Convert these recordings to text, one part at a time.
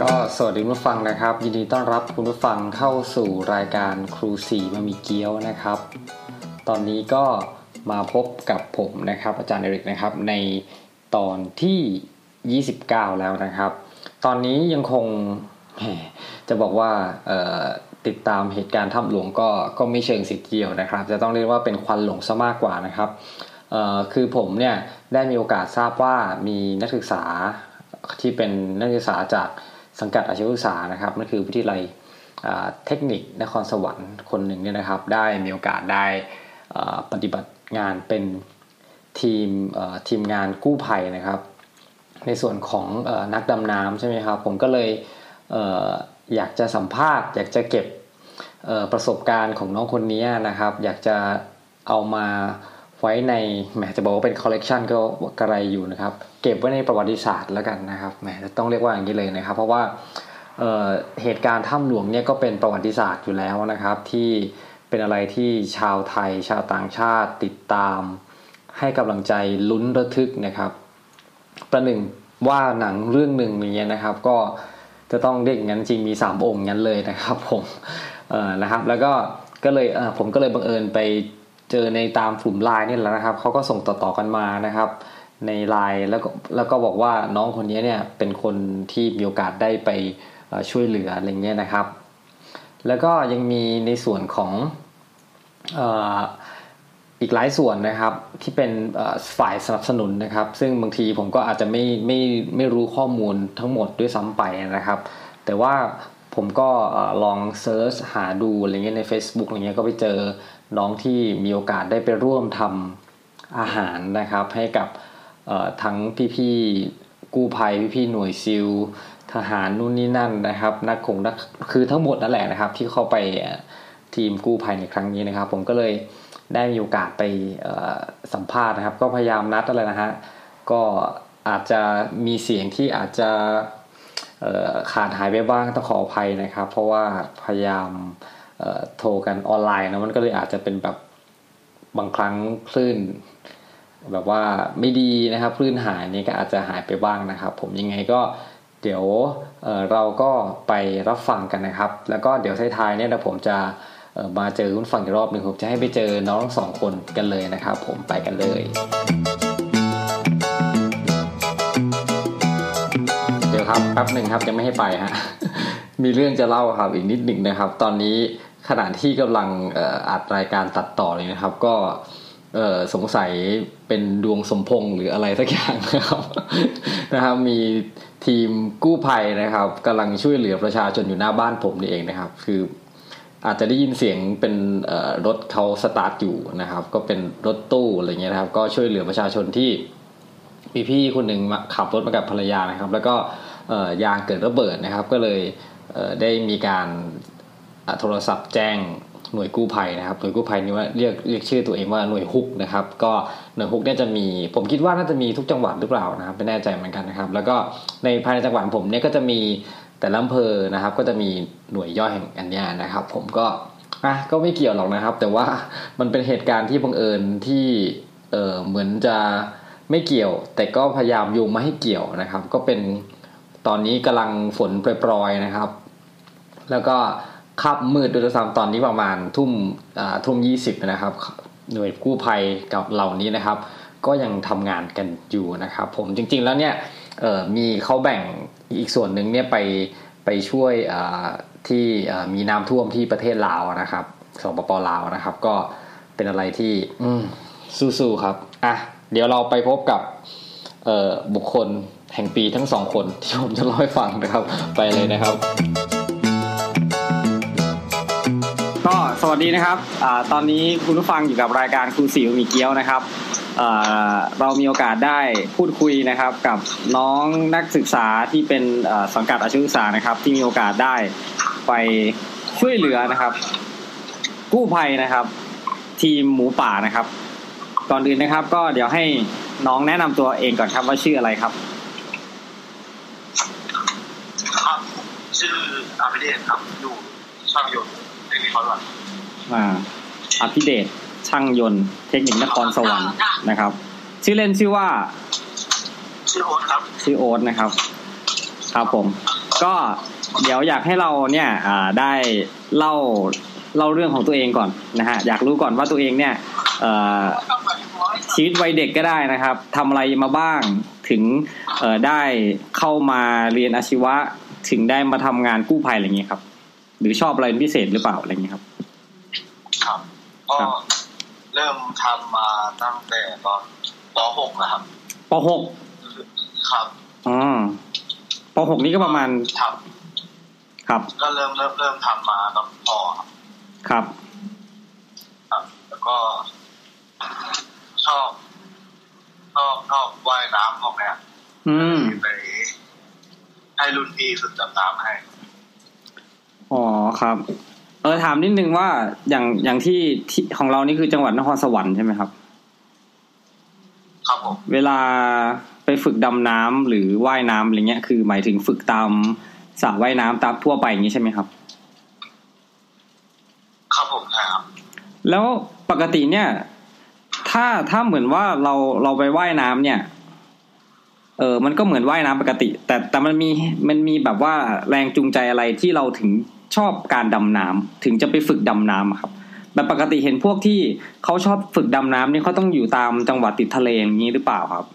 ก็สวัสดีผู้ฟังนะครับยินดีต้อนรับคุณผู้ฟังเข้าสู่รายการครูสี่มามีเกี๊ยวนะครับตอนนี้ก็มาพบกับผมนะครับอาจารย์เอริกนะครับในตอนที่29แล้วนะครับตอนนี้ยังคงจะบอกว่าติดตามเหตุการณ์ถ้ำหลวงก็ไม่เชิงสิทธิ์เดียวนะครับจะต้องเรียกว่าเป็นควันหลงซะมากกว่านะครับคือผมเนี่ยได้มีโอกาสทราบว่ามีนักศึกษาที่เป็นนักศึกษาจากสังกัดอาชีวศึกษานะครับนั่นคือวิทยาลัยเทคนิคนครสวรรค์คนหนึ่งเนี่ยนะครับได้มีโอกาสได้ปฏิบัติงานเป็นทีมงานกู้ภัยนะครับในส่วนของนักดำน้ำใช่ไหมครับผมก็เลยอยากจะสัมภาษณ์อยากจะเก็บประสบการณ์ของน้องคนนี้นะครับอยากจะเอามาไว้ในแหมจะบอกว่าเป็นคอลเลกชันก็กระไรอยู่นะครับเก็บไว้ในประวัติศาสตร์แล้วกันนะครับแหมต้องเรียกว่าอย่างนี้เลยนะครับเพราะว่าเหตุการณ์ถ้ำหลวงเนี่ยก็เป็นประวัติศาสตร์อยู่แล้วนะครับที่เป็นอะไรที่ชาวไทยชาวต่างชาติติดตามให้กำลังใจลุ้นระทึกนะครับประหนึ่งว่าหนังเรื่องหนึ่งนี้นะครับก็จะต้องเรียกงั้นจริงมี3องค์งั้นเลยนะครับผมนะครับแล้วก็เลยผมก็เลยบังเอิญไปเจอในตามกลุ่มไลน์นี่แหละนะครับเขาก็ส่งต่อๆกันมานะครับในไลน์แล้วก็บอกว่าน้องคนนี้เนี่ยเป็นคนที่มีโอกาสได้ไปช่วยเหลืออะไรเงี้ยนะครับแล้วก็ยังมีในส่วนของอีกหลายส่วนนะครับที่เป็นฝ่ายสนับสนุนนะครับซึ่งบางทีผมก็อาจจะไม่รู้ข้อมูลทั้งหมดด้วยซ้ำไปนะครับแต่ว่าผมก็ลองเซิร์ชหาดูอะไรเงี้ยใน Facebook อะไรเงี้ยก็ไปเจอน้องที่มีโอกาสได้ไปร่วมทำอาหารนะครับให้กับทั้งพี่ๆกู้ภัยพี่ๆหน่วยซิลทหารนู่นนี่นั่นนะครับนักคือทั้งหมดนั่นแหละนะครับที่เข้าไปทีมกู้ภัยในครั้งนี้นะครับผมก็เลยได้มีโอกาสไปสัมภาษณ์นะครับก็พยายามนัดอะไรนะฮะก็อาจจะมีเสียงที่อาจจะขาดหายไปบ้างต้องขออภัยนะครับเพราะว่าพยายามโทรกันออนไลน์นะมันก็เลยอาจจะเป็นแบบบางครั้งคลื่นแบบว่าไม่ดีนะครับคลื่นหายนี่ก็อาจจะหายไปบ้างนะครับผมยังไงก็เดี๋ยวเราก็ไปรับฟังกันนะครับแล้วก็เดี๋ยวท้ายๆเนี่ยนะผมจะมาเจอคุณฟังอีกรอบนึงผมจะให้ไปเจอน้อง2คนกันเลยนะครับผมไปกันเลยเดี๋ยวครับแป๊บนึงครับยังไม่ให้ไปฮะ มีเรื่องจะเล่าครับอีกนิดหนึ่งนะครับตอนนี้ขณะที่กำลังอัดรายการตัดต่อเลยนะครับก็สงสัยเป็นดวงสมพงษ์หรืออะไรสักอย่างนะครับ นะครับมีทีมกู้ภัยนะครับกำลังช่วยเหลือประชาชนอยู่หน้าบ้านผมนี่เองนะครับคืออาจจะได้ยินเสียงเป็นรถเขาสตาร์ทอยู่นะครับก็เป็นรถตู้อะไรเงี้ยนะครับก็ช่วยเหลือประชาชนที่พี่คนหนึ่งขับรถมากับภรรยานะครับแล้วก็ยางเกิดระเบิดนะครับก็เลยได้มีการโทรศัพท์แจ้งหน่วยกู้ภัยนะครับหน่วยกู้ภัยนี้ว่าเรียกชื่อตัวเองว่าหน่วยฮุกนะครับก็หน่วยฮุกเนี่ยจะมีผมคิดว่าน่าจะมีทุกจังหวัดหรือเปล่านะครับไม่แน่ใจเหมือนกันนะครับแล้วก็ในภายในจังหวัดผมเนี่ยก็จะมีแต่ละอำเภอนะครับก็จะมีหน่วยย่อยแห่งอันนี้นะครับผมก็ไม่เกี่ยวหรอกนะครับแต่ว่ามันเป็นเหตุการณ์ที่บังเอิญที่เหมือนจะไม่เกี่ยวแต่ก็พยายามโยงมาให้เกี่ยวนะครับก็เป็นตอนนี้กำลังฝนโปรยๆนะครับแล้วก็ค่ำมืดด้วยซ้ำตอนนี้ประมาณทุ่ม20นะครับหน่วยกู้ภัยกับเหล่านี้นะครับก็ยังทำงานกันอยู่นะครับผมจริงๆแล้วเนี่ยมีเขาแบ่งอีกส่วนหนึ่งเนี่ยไปช่วยที่มีน้ำท่วมที่ประเทศลาวนะครับสปป.ลาวนะครับก็เป็นอะไรที่สู้ๆครับเดี๋ยวเราไปพบกับบุคคลแห่งปีทั้ง2คนที่ผมจะเล่าให้ฟังนะครับไปเลยนะครับก็สวัสดีนะครับตอนนี้คุณผู้ฟังอยู่กับรายการครูสี่มีเกี๊ยวนะครับเรามีโอกาสได้พูดคุยนะครับกับน้องนักศึกษาที่เป็นสังกัดอาชีวศึกษานะครับที่มีโอกาสได้ไปช่วยเหลือนะครับกู้ภัยนะครับทีมหมูป่านะครับก่อนอื่นนะครับก็เดี๋ยวให้น้องแนะนำตัวเองก่อนครับว่าชื่ออะไรครับครับชื่ออภิเดชครับอยู่ช่างยนต์เทคนิคนครสวรรค์อภิเดชช่างยนต์เทคนิคนครสวรรค์นะครับชื่อเล่นชื่อว่าชื่อโอ๊ตครับชื่อโอ๊ตนะครับครับผมก็เดี๋ยวอยากให้เราเนี่ยได้เล่าเรื่องของตัวเองก่อนนะฮะอยากรู้ก่อนว่าตัวเองเนี่ยชีวิตวัยเด็กก็ได้นะครับทำอะไรมาบ้างถึงได้เข้ามาเรียนอาชีวะถึงได้มาทำงานกู้ภัยอะไรอย่างเงี้ยครับหรือชอบอะไรพิเศษหรือเปล่าอะไรอย่างเงี้ยครับครับก็เริ่มทำมาตั้งแต่ตอนป .6 นะครับป .6 ครับป .6 นี่ก็ประมาณครับก็เริ่มทำมากับพ่อครับแล้วก็ชอบว่ายน้ำพวกนี้ไปให้รุ่นพี่ฝึกดำน้ำให้อ๋อครับถามนิดนึงว่าอย่างที่ของเรานี่คือจังหวัดนครสวรรค์ใช่ไหมครับครับผมเวลาไปฝึกดำน้ำหรือว่ายน้ำอะไรเงี้ยคือหมายถึงฝึกตามสระว่ายน้ำตามทั่วไปอย่างนี้ใช่ไหมครับครับผมใช่ครับแล้วปกติเนี่ยถ้าเหมือนว่าเราไปว่ายน้ำเนี่ยมันก็เหมือนว่ายน้ำปกติแต่มันมีแบบว่าแรงจูงใจอะไรที่เราถึงชอบการดำน้ำถึงจะไปฝึกดำน้ำครับแบบปกติเห็นพวกที่เขาชอบฝึกดำน้ำนี่เขาต้องอยู่ตามจังหวัดติดทะเลอย่างนี้หรือเปล่าครับ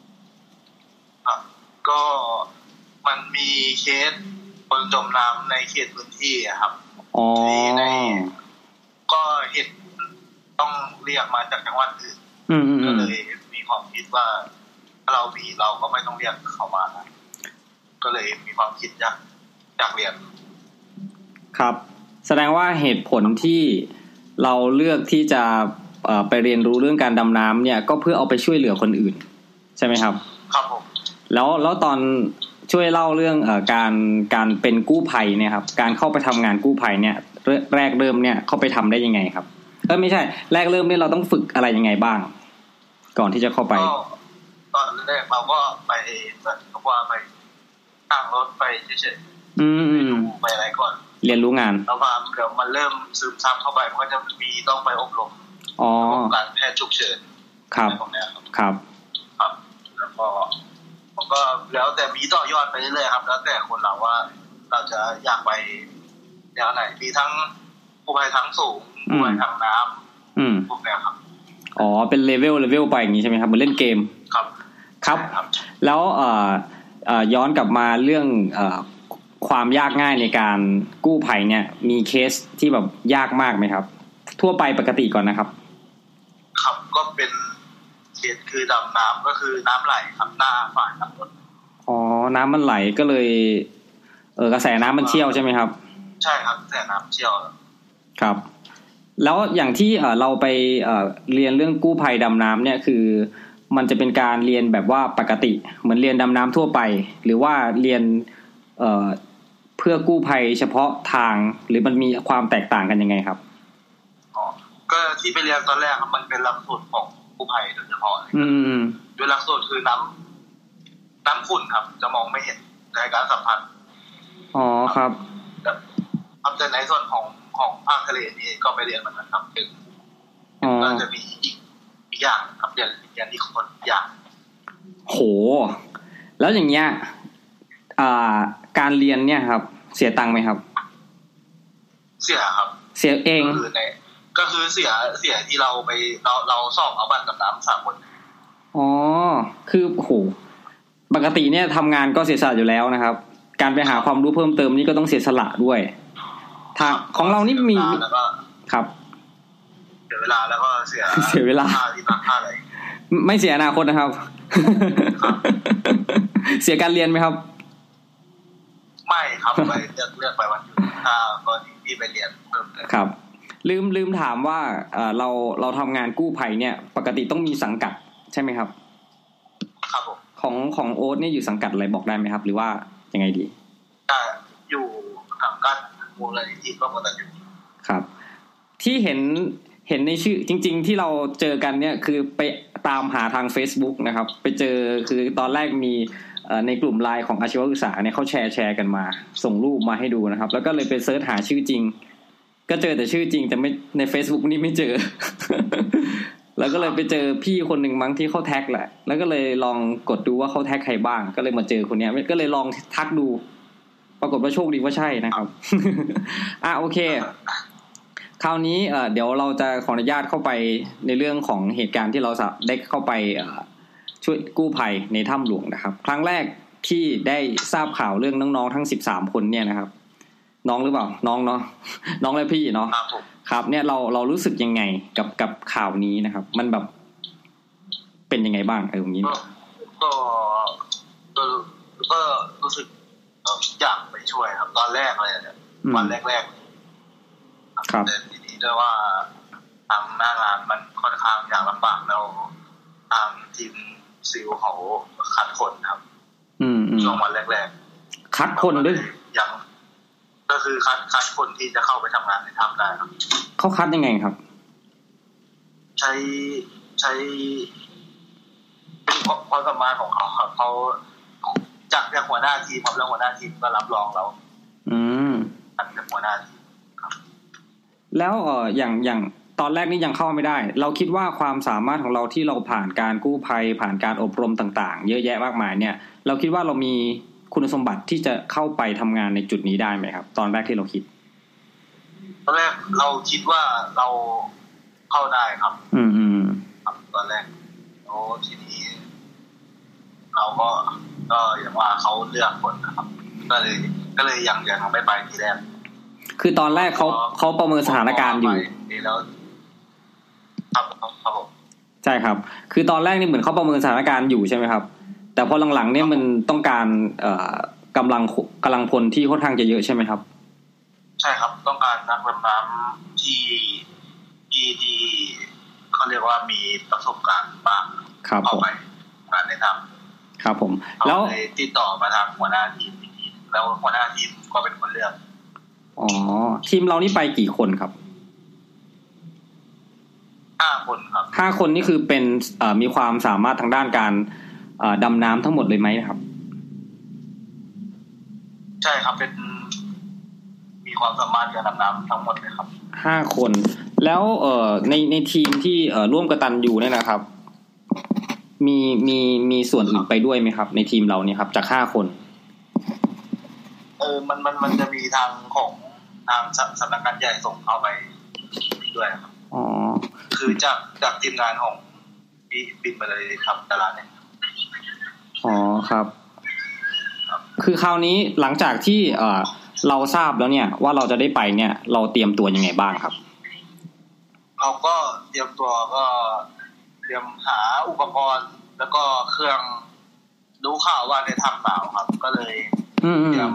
ก็มันมีเคสคนจมน้ำในเขตพื้นที่ครับที่ในก็เห็นต้องเรียกมาจากจังหวัดอื่นก็เลยมีความคิดว่าถ้าเราก็ไม่ต้องเรียกเขามานะก็เลยมีความคิดอยากเรียนครับแสดงว่าเหตุผลที่เราเลือกที่จะไปเรียนรู้เรื่องการดำน้ำเนี่ยก็เพื่อเอาไปช่วยเหลือคนอื่นใช่ไหมครับครับผมแล้วตอนช่วยเล่าเรื่องการเป็นกู้ภัยเนี่ยครับการเข้าไปทำงานกู้ภัยเนี่ยแรกเริ่มเนี่ยเข้าไปทำได้ยังไงครับไม่ใช่แรกเริ่มเนี่ยเราต้องฝึกอะไรยังไงบ้างก่อนที่จะเข้าไปตอนแรกเราก็ไปแบบว่าไปนั่งรถไปเฉยๆไปอะไรก่อนเรียนรู้งานแล้วพอเดี๋ยวมันเริ่มซึมซับเข้าไปมันก็จะมีต้องไปอบรมการแพทย์ฉุกเฉินครับครับแล้วก็ผมก็แล้วแต่มีต่อยอดไปเรื่อยๆครับแล้วแต่คนเราว่าเราจะอยากไปแนวไหนมีทั้งกู้ภัยทั้งสูงกู้ภัยทางน้ำพวกนี้ครับอ๋อเป็นเลเวลไปอย่างนี้ใช่ไหมครับเหมือนเล่นเกมครับแล้วย้อนกลับมาเรื่องความยากง่ายในการกู้ภัยเนี่ยมีเคสที่แบบยากมากไหมครับทั่วไปปกติก่อนนะครับครับก็เป็นเคสคือดำน้ำก็คือน้ำไหลครับหน้าฝ่ายขับรถอ๋อน้ำมันไหลก็เลยกระแสน้ำมันเชี่ยวใช่ไหมครับใช่ครับกระแสน้ำเชี่ยวครับแล้วอย่างที่เราไปเรียนเรื่องกู้ภัยดำน้ำเนี่ยคือมันจะเป็นการเรียนแบบว่าปกติเหมือนเรียนดำน้ำทั่วไปหรือว่าเรียนเพื่อกู้ภัยเฉพาะทางหรือมันมีความแตกต่างกันยังไงครับอ๋อก็ที่ไปเรียนตอนแรกมันเป็นหลักสูตรของกู้ภัยโดยเฉพาะโดยหลักสูตรคือน้ำขุ่นครับจะมองไม่เห็นในการสัมผัสอ๋อครับแต่ในส่วนของภาคทะเลนี่ก็ไปเรียนเหมือนกันครับถึงก็จะมีอีกอย่างครับเรียนอีกคนอย่างโหแล้วอย่างเงี้ยการเรียนเนี่ยครับเสียตังค์ไหมครับเสียครับเสียเองก็คือเสียที่เราไปเราสอบเอาบัตรดำน้ำ3 คนอ๋อคือโหปกติเนี่ยทำงานก็เสียสละอยู่แล้วนะครับการไปหาความรู้เพิ่มเติมนี่ก็ต้องเสียสละด้วยทางของเรานี่มีครับเสียเวลาแล้วก็เสียเวลาค่าอะไรไม่เสียอนาคตนะครับเสียการเรียนไหมครับไม่ครับไปเลือกไปวันหยุดถ้าก็ที่ไปเรียนเพิ่มครับลืมถามว่าเราทำงานกู้ภัยเนี่ยปกติต้องมีสังกัดใช่ไหมครับครับผมของโอ๊ตนี่อยู่สังกัดอะไรบอกได้ไหมครับหรือว่ายังไงดีอยู่สังกัดมูลนิธิร่วมกตัญญูครับที่เห็นในชื่อจริงๆที่เราเจอกันเนี่ยคือไปตามหาทาง Facebook นะครับไปเจอคือตอนแรกมีในกลุ่มไลน์ของอาชีวศึกษาเนี่ยเขาแชร์กันมาส่งรูปมาให้ดูนะครับแล้วก็เลยไปเสิร์ชหาชื่อจริงก็เจอแต่ชื่อจริงแต่ไม่ใน Facebook นี่ไม่เจอ แล้วก็เลยไปเจอพี่คนหนึ่งมั้งที่เขาแท็กแหละแล้วก็เลยลองกดดูว่าเขาแท็กใครบ้างก็เลยมาเจอคนนี้ก็เลยลองทักดูปปรากฏว่าโชคดีว่าใช่นะครับโอเคคราวนี้เดี๋ยวเราจะขออนุญาตเข้าไปในเรื่องของเหตุการณ์ที่เราได้เข้าไปช่วยกู้ภัยในถ้ำหลวงนะครับครั้งแรกที่ได้ทราบข่าวเรื่องน้องๆทั้ง13คนเนี่ยนะครับน้องหรือเปล่าน้องเนาะน้องและพี่เนาะครับเนี่ยเรารู้สึกยังไงกับข่าวนี้นะครับมันแบบเป็นยังไงบ้างตรงนี้ก็รู้สึกอยากไปช่วยครับตอนแรกเลยวันแรกๆครับแต่ทีนี้ด้วยว่าทางหน้างานมันค่อนข้างยากลำบากแล้วทางทีมซิลเขาคัดคนครับช่วงวันแรกๆคัดคนด้วยอย่างก็คือคัดคนที่จะเข้าไปทำงานในถ้ำได้ครับเขาคัดยังไงครับใช้เป็นความสามารถของเขาครับเขาจากหัวหน้าทีมครับแล้วหัวหน้าทีมก็รับรองเราจากหัวหน้าทีมครับแล้วอย่างตอนแรกนี่ยังเข้าไม่ได้เราคิดว่าความสามารถของเราที่เราผ่านการกู้ภัยผ่านการอบรมต่างๆเยอะแยะมากมายเนี่ยเราคิดว่าเรามีคุณสมบัติที่จะเข้าไปทำงานในจุดนี้ได้ไหมครับตอนแรกที่เราคิดตอนแรกเราคิดว่าเราเข้าได้ครับครับตอนแรกโอ้ทีนี้เราก็อย่างว่าเขาเลือกคนนะครับก็เลยยังไม่ไปทีแรกคือตอนแรกเขาประเมินสถานการณ์อยู่แล้วครับผมใช่ครับคือตอนแรกนี่เหมือนเขาประเมินสถานการณ์อยู่ใช่ไหมครับแต่พอหลังๆเนี่ยมันต้องการกำลังพลที่ค่อนข้างจะเยอะใช่ไหมครับใช่ครับต้องการนักดำน้ำที่เขาเรียกว่ามีประสบการณ์บ้างเข้าไปงานในถ้ำครับผมแล้วติดต่อมาทางหัวหน้าทีมแล้วหัวหน้าทีมก็เป็นคนเลือกทีมเรานี่ไปกี่คนครับ 5 คนครับ 5 คนนี่คือเป็นมีความสามารถทางด้านการดำน้ำทั้งหมดเลยไหมครับใช่ครับเป็นมีความสามารถการดำน้ำทั้งหมดเลยครับ 5 คนแล้วในทีมที่ร่วมกตัญญูเนี่ยนะครับมีส่วนอื่นไปด้วยไหมครับในทีมเราเนี่ยครับจาก5 คนมันจะมีทางของทางสำนักงานใหญ่ส่งเข้าไปด้วยครับคือจากทีมงานของบินไปเลยครับตลาดเนี่ยครับคือคราวนี้หลังจากที่เราทราบแล้วเนี่ยว่าเราจะได้ไปเนี่ยเราเตรียมตัวยังไงบ้างครับเราก็เตรียมตัวก็เตรียมหาอุปกรณ์แล้วก็เครื่องรู้ข่าวว่าในถ้ำหนาวครับก็เลยเตรียม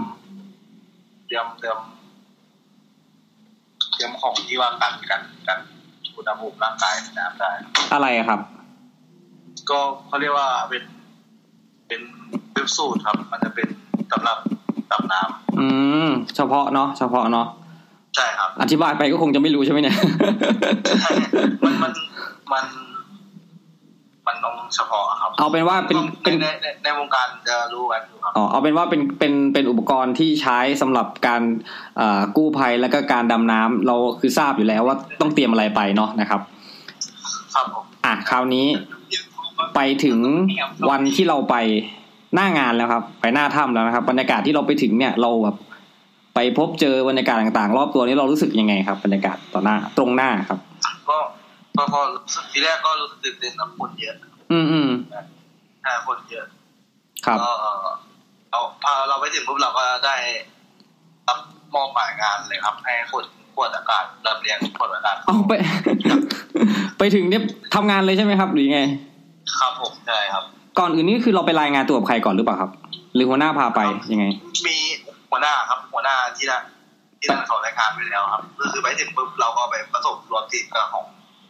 ของที่ว่ากันอุณหภูมิร่างกายในน้ำได้อะไรครับก็เขาเรียกว่าเป็นสูตรครับมันจะเป็นสำหรับดำน้ำเฉพาะเนาะใช่ครับอธิบายไปก็คงจะไม่รู้ใช่ไหมเนี่ยมันต้องเฉพาะครับเอาเป็นว่าเป็นในวงการจะรู้กันอยู่ครับเอาเป็นว่าเป็นอุปกรณ์ที่ใช้สำหรับการกู้ภัยแล้วก็การดำน้ำเราคือทราบอยู่แล้วว่าต้องเตรียมอะไรไปเนาะนะครับครับผมคราวนี้ไปถึงวันที่เราไปหน้างานแล้วครับไปหน้าถ้ำแล้วนะครับบรรยากาศที่เราไปถึงเนี่ยเราแบบไปพบเจอบรรยากาศต่างๆรอบตัวนี้เรารู้สึกยังไงครับบรรยากาศตรงหน้าครับก็พอทีแรกก็รู้สึกตื่นเต้นกับคนเยอะคนเยอะครับพอเราไปถึงปุ๊บเราก็ได้รับมอบหมายงานเลยครับให้คนขวดอากาศรับเลี้ยงขวดอากาศไปถึงเนี่ยทำงานเลยใช่ไหมครับหรือไงครับผมใช่ครับก่อนอื่นนี่คือเราไปรายงานตัวกับใครก่อนหรือเปล่าครับหรือหัวหน้าพาไปยังไงมีหัวหน้าครับหัวหน้าที่นั่นเขารายงานไปแล้วครับก็คือไปถึงปุ๊บเราก็ไปประสบรวมทีมกับของ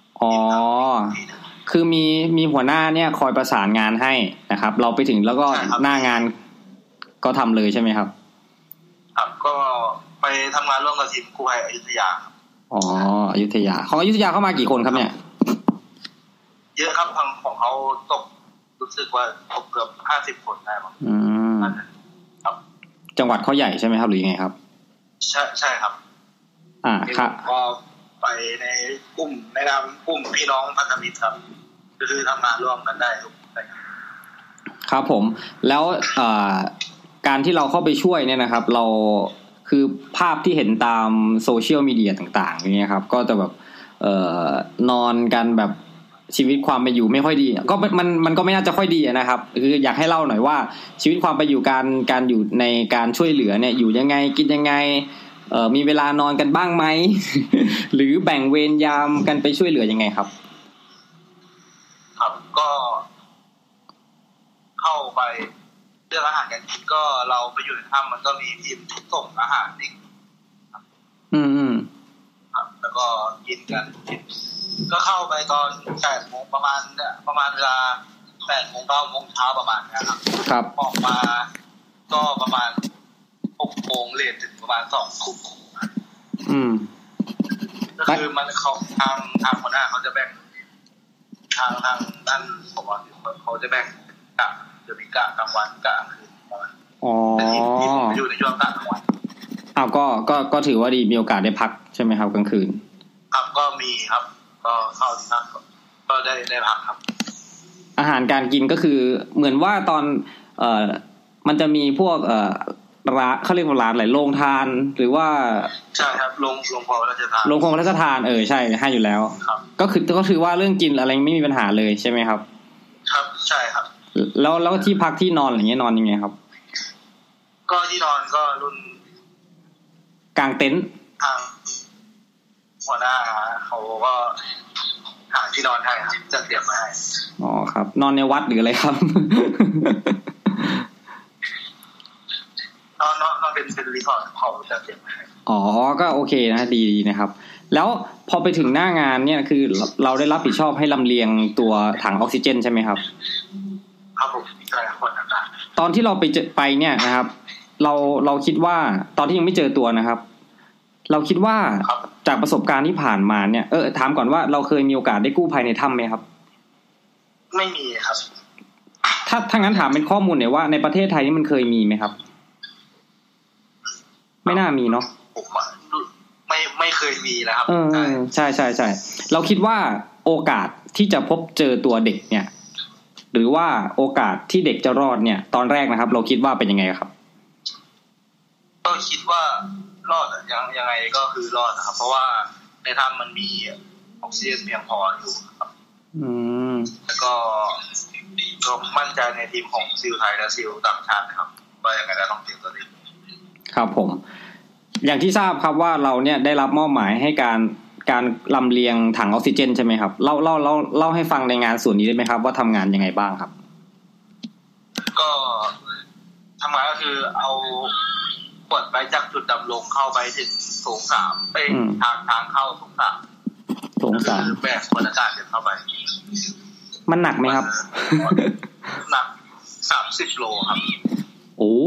คือมีหัวหน้าเนี่ยคอยประสานงานให้นะครับเราไปถึงแล้วก็หน้างานก็ทำเลยใช่ไหมครับครับก็ไปทำงานร่วมกับทีมกู้ภัยอยุธยาอยุธยาของอยุธยาเข้ามากี่คนครับเนี่ยเยอะครับของเขาตกรู้สึกว่าตกเกือบ50 คนได้มั้งครับจังหวัดเขาใหญ่ใช่ไหมครับหรือยังไงครับใช่ครับครับก็ไปในกลุ่มในนามกลุ่มพี่น้องพันธมิตรครับคือทำงานร่วมกันได้ทุกครับผมแล้วการที่เราเข้าไปช่วยเนี่ยนะครับเราคือภาพที่เห็นตามโซเชียลมีเดียต่างๆอย่างเงี้ยครับก็จะแบบนอนกันแบบชีวิตความเป็นอยู่ไม่ค่อยดีก็มันก็ไม่น่าจะค่อยดีนะครับคืออยากให้เล่าหน่อยว่าชีวิตความเป็นอยู่การอยู่ในการช่วยเหลือเนี่ยอยู่ยังไงกินยังไงมีเวลานอนกันบ้างไหม หรือแบ่งเวรยามกันไปช่วยเหลือยังไงครับครับก็เข้าไปเรื่องอาหารกันกินก็เราไปอยู่ในถ้ำมันก็มีทีมส่งอาหารนี่ครับแล้วก็กินกันก็เข้าไปตอน 8 โมงประมาณเวลา 8 โมง 9 โมงเช้าประมาณนี้ครับออกมาก็ประมาณ 6 โมงเลทถึงประมาณ 2 ทุ่มก็คือมันเขาทางหัวหน้าเขาจะแบ่งทางด้านผมว่าเขาจะแบ่งกะจะมีกะกลางวันกะกลางคืนแต่ที่ผมอยู่ในช่วงกะกลางวันก็ถือว่าดีมีโอกาสได้พักใช่ไหมครับกลางคืนครับก็มีครับก็เข้าที่นั่นก็ได้พักครับอาหารการกินก็คือเหมือนว่าตอนมันจะมีพวกร้านเขาเรียกว่าร้านอะไรโรงทานหรือว่าใช่ครับโรงครัวพระราชทานโรงครัวพระราชทานใช่ให้อยู่แล้วก็คือว่าเรื่องกินอะไรไม่มีปัญหาเลยใช่ไหมครับครับใช่ครับแล้วที่พักที่นอนอะไรเงี้ยนอนยังไงครับก็ที่นอนก็รุ่นกางเต็นท์ทางหัวหน้าเขาก็หาที่นอนให้ครับจัดเตรียมมาให้อ๋อครับนอนในวัดหรืออะไรครับนอนเป็นรีสอร์ทเขาจัดเตรียมมาให้อ๋อก็โอเคนะดีนะครับแล้วพอไปถึงหน้างานเนี่ยคือเราได้รับผิดชอบให้ลำเลียงตัวถังออกซิเจนใช่ไหมครับครับผมใช่คนต่างๆตอนที่เราไปเนี่ยนะครับเราคิดว่าตอนที่ยังไม่เจอตัวนะครับเราคิดว่าจากประสบการณ์ที่ผ่านมาเนี่ยถามก่อนว่าเราเคยมีโอกาสได้กู้ภัยในถ้ำไหมครับไม่มีครับถ้างั้นถามเป็นข้อมูลหน่อยว่าในประเทศไทยนี่มันเคยมีไหมครับไม่น่ามีเนาะผมไม่เคยมีนะครับใช่เราคิดว่าโอกาสที่จะพบเจอตัวเด็กเนี่ยหรือว่าโอกาสที่เด็กจะรอดเนี่ยตอนแรกนะครับเราคิดว่าเป็นยังไงครับก็คิดว่ารอดยังไงก็คือรอดนะครับเพราะว่าในถ้ำมันมีออกซิเจนเพียงพออยู่ครับแล้วก็มั่นใจในทีมของซิลไทยและซิลต่างชาตินะครับว่ายังไงก็ต้องเตรียมตัวดีครับผมอย่างที่ทราบครับว่าเราเนี่ยได้รับมอบหมายให้การลำเลียงถังออกซิเจนใช่ไหมครับเล่าให้ฟังในงานส่วนนี้ได้ไหมครับว่าทำงานยังไงบ้างครับก็ทำงานก็คือเอาขวดไปจากจุดดำลงเข้าไปถึงโถง 3เป็นทางเข้าโถง 3คือแบกขวดอากาศเข้าไปมันหนักไหมครับหนัก30 โลครับโอ้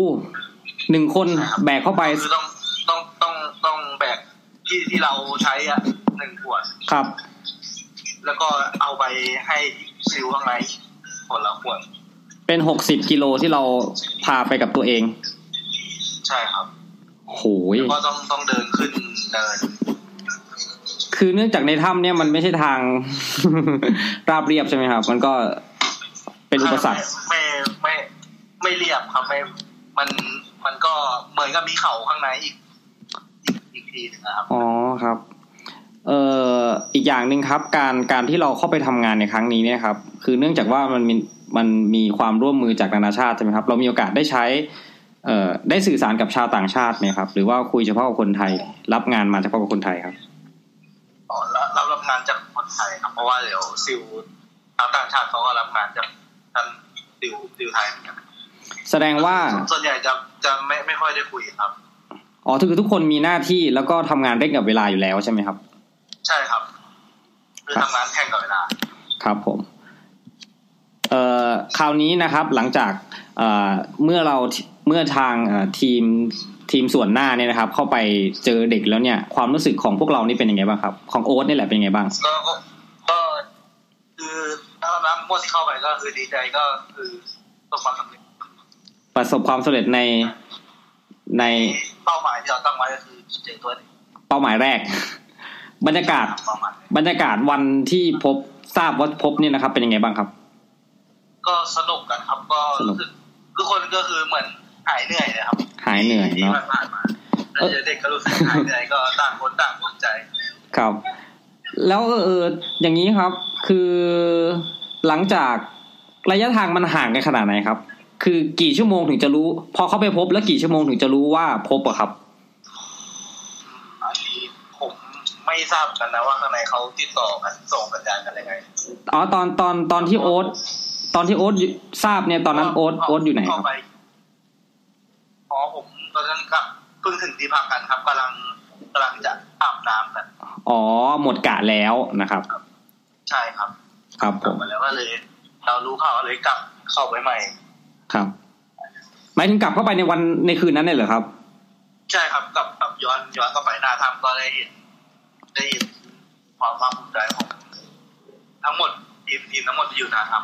1คนแบกเข้าไปคือต้องแบกที่เราใช้1 ขวดครับแล้วก็เอาไปให้ซิลข้างในคนละขวดเป็น60 กิโลที่เราพาไปกับตัวเองใช่ครับโหยก็ต้องเดินขึ้นเดินคือเนื่องจากในถ้ำเนี่ยมันไม่ใช่ทางราบเรียบใช่ไหมครับมันก็เป็นอุปสรรคไม่เรียบครับมันก็เหมือนกับมีเขาข้างในอีกทีนึงนะครับอ๋อครับอีกอย่างนึงครับการที่เราเข้าไปทำงานในครั้งนี้เนี่ยครับคือเนื่องจากว่ามันมีความร่วมมือจากนานาชาติใช่ไหมครับเรามีโอกาสได้ใช้ได้สื่อสารกับชาวต่างชาติไหมครับหรือว่าคุยเฉพาะกับคนไทยรับงานมาเฉพาะกับคนไทยครับอ๋อรับงานจากคนไทยครับเพราะว่าเดี๋ยวซิลชาวต่างชาติเขาก็รับงานจากท่านซิลไทยเหมือนกันแสดงว่าส่วนใหญ่จะไม่ค่อยได้คุยครับอ๋อทุกคนมีหน้าที่แล้วก็ทำงานเร่งกับเวลาอยู่แล้วใช่ไหมครับใช่ครับคือทำงานแข่งกับเวลาครับผมคราวนี้นะครับหลังจากเมื่อทางทีมส่วนหน้าเนี่ยนะครับเข้าไปเจอเด็กแล้วเนี่ยความรู้สึกของพวกเรานี่เป็นยังไงบ้างครับของโอ๊ตนี่แหละเป็นยังไงบ้างก็คือตอนนั้นที่เข้าไปก็คือดีใจก็คือประสบความสำเร็จในเป้าหมายที่เราตั้งไว้ก็คือเจอตัวเด็กเป้าหมายแรกบรรยากาศวันที่ทราบว่าพบเนี่ยนะครับเป็นยังไงบ้างครับก็สนุกกันครับก็รู้สึกทุกคนก็คือเหมือนหายเหนื่อยนะครับหายเหนื่อยเนาะผ่านมาเด็กก็รู้สึกหายเหนื่อยก็ต่างคนต่างภูมิใจครับแล้วอย่างนี้ครับคือหลังจากระยะทางมันห่างกันขนาดไหนครับคือกี่ชั่วโมงถึงจะรู้พอเขาไปพบแล้วกี่ชั่วโมงถึงจะรู้ว่าพบอะครับอันนี้ผมไม่ทราบกันนะว่าข้างในเขาติดต่อกันส่งสัญญาณกันยังไงอ๋อตอนที่โอ๊ตทราบเนี่ยตอนนั้นโอ๊ตอยู่ไหนครับอ๋อผมตอนนั้นครับเพิ่งถึงที่พักกันครับกำลังจะอาบน้ำกันอ๋อหมดกะแล้วนะครับใช่ครับครับผมแล้วก็เลยเรารู้ข่าวเลยกลับเข้าไปใหม่ครับหมายถึงกลับเข้าไปในคืนนั้นเลยเหรอครับใช่ครับกลับย้อนเข้าไปหน้าถ้ำก็ได้เห็นความภาคภูมิใจของทั้งหมดทีมทั้งหมดที่อยู่หน้าถ้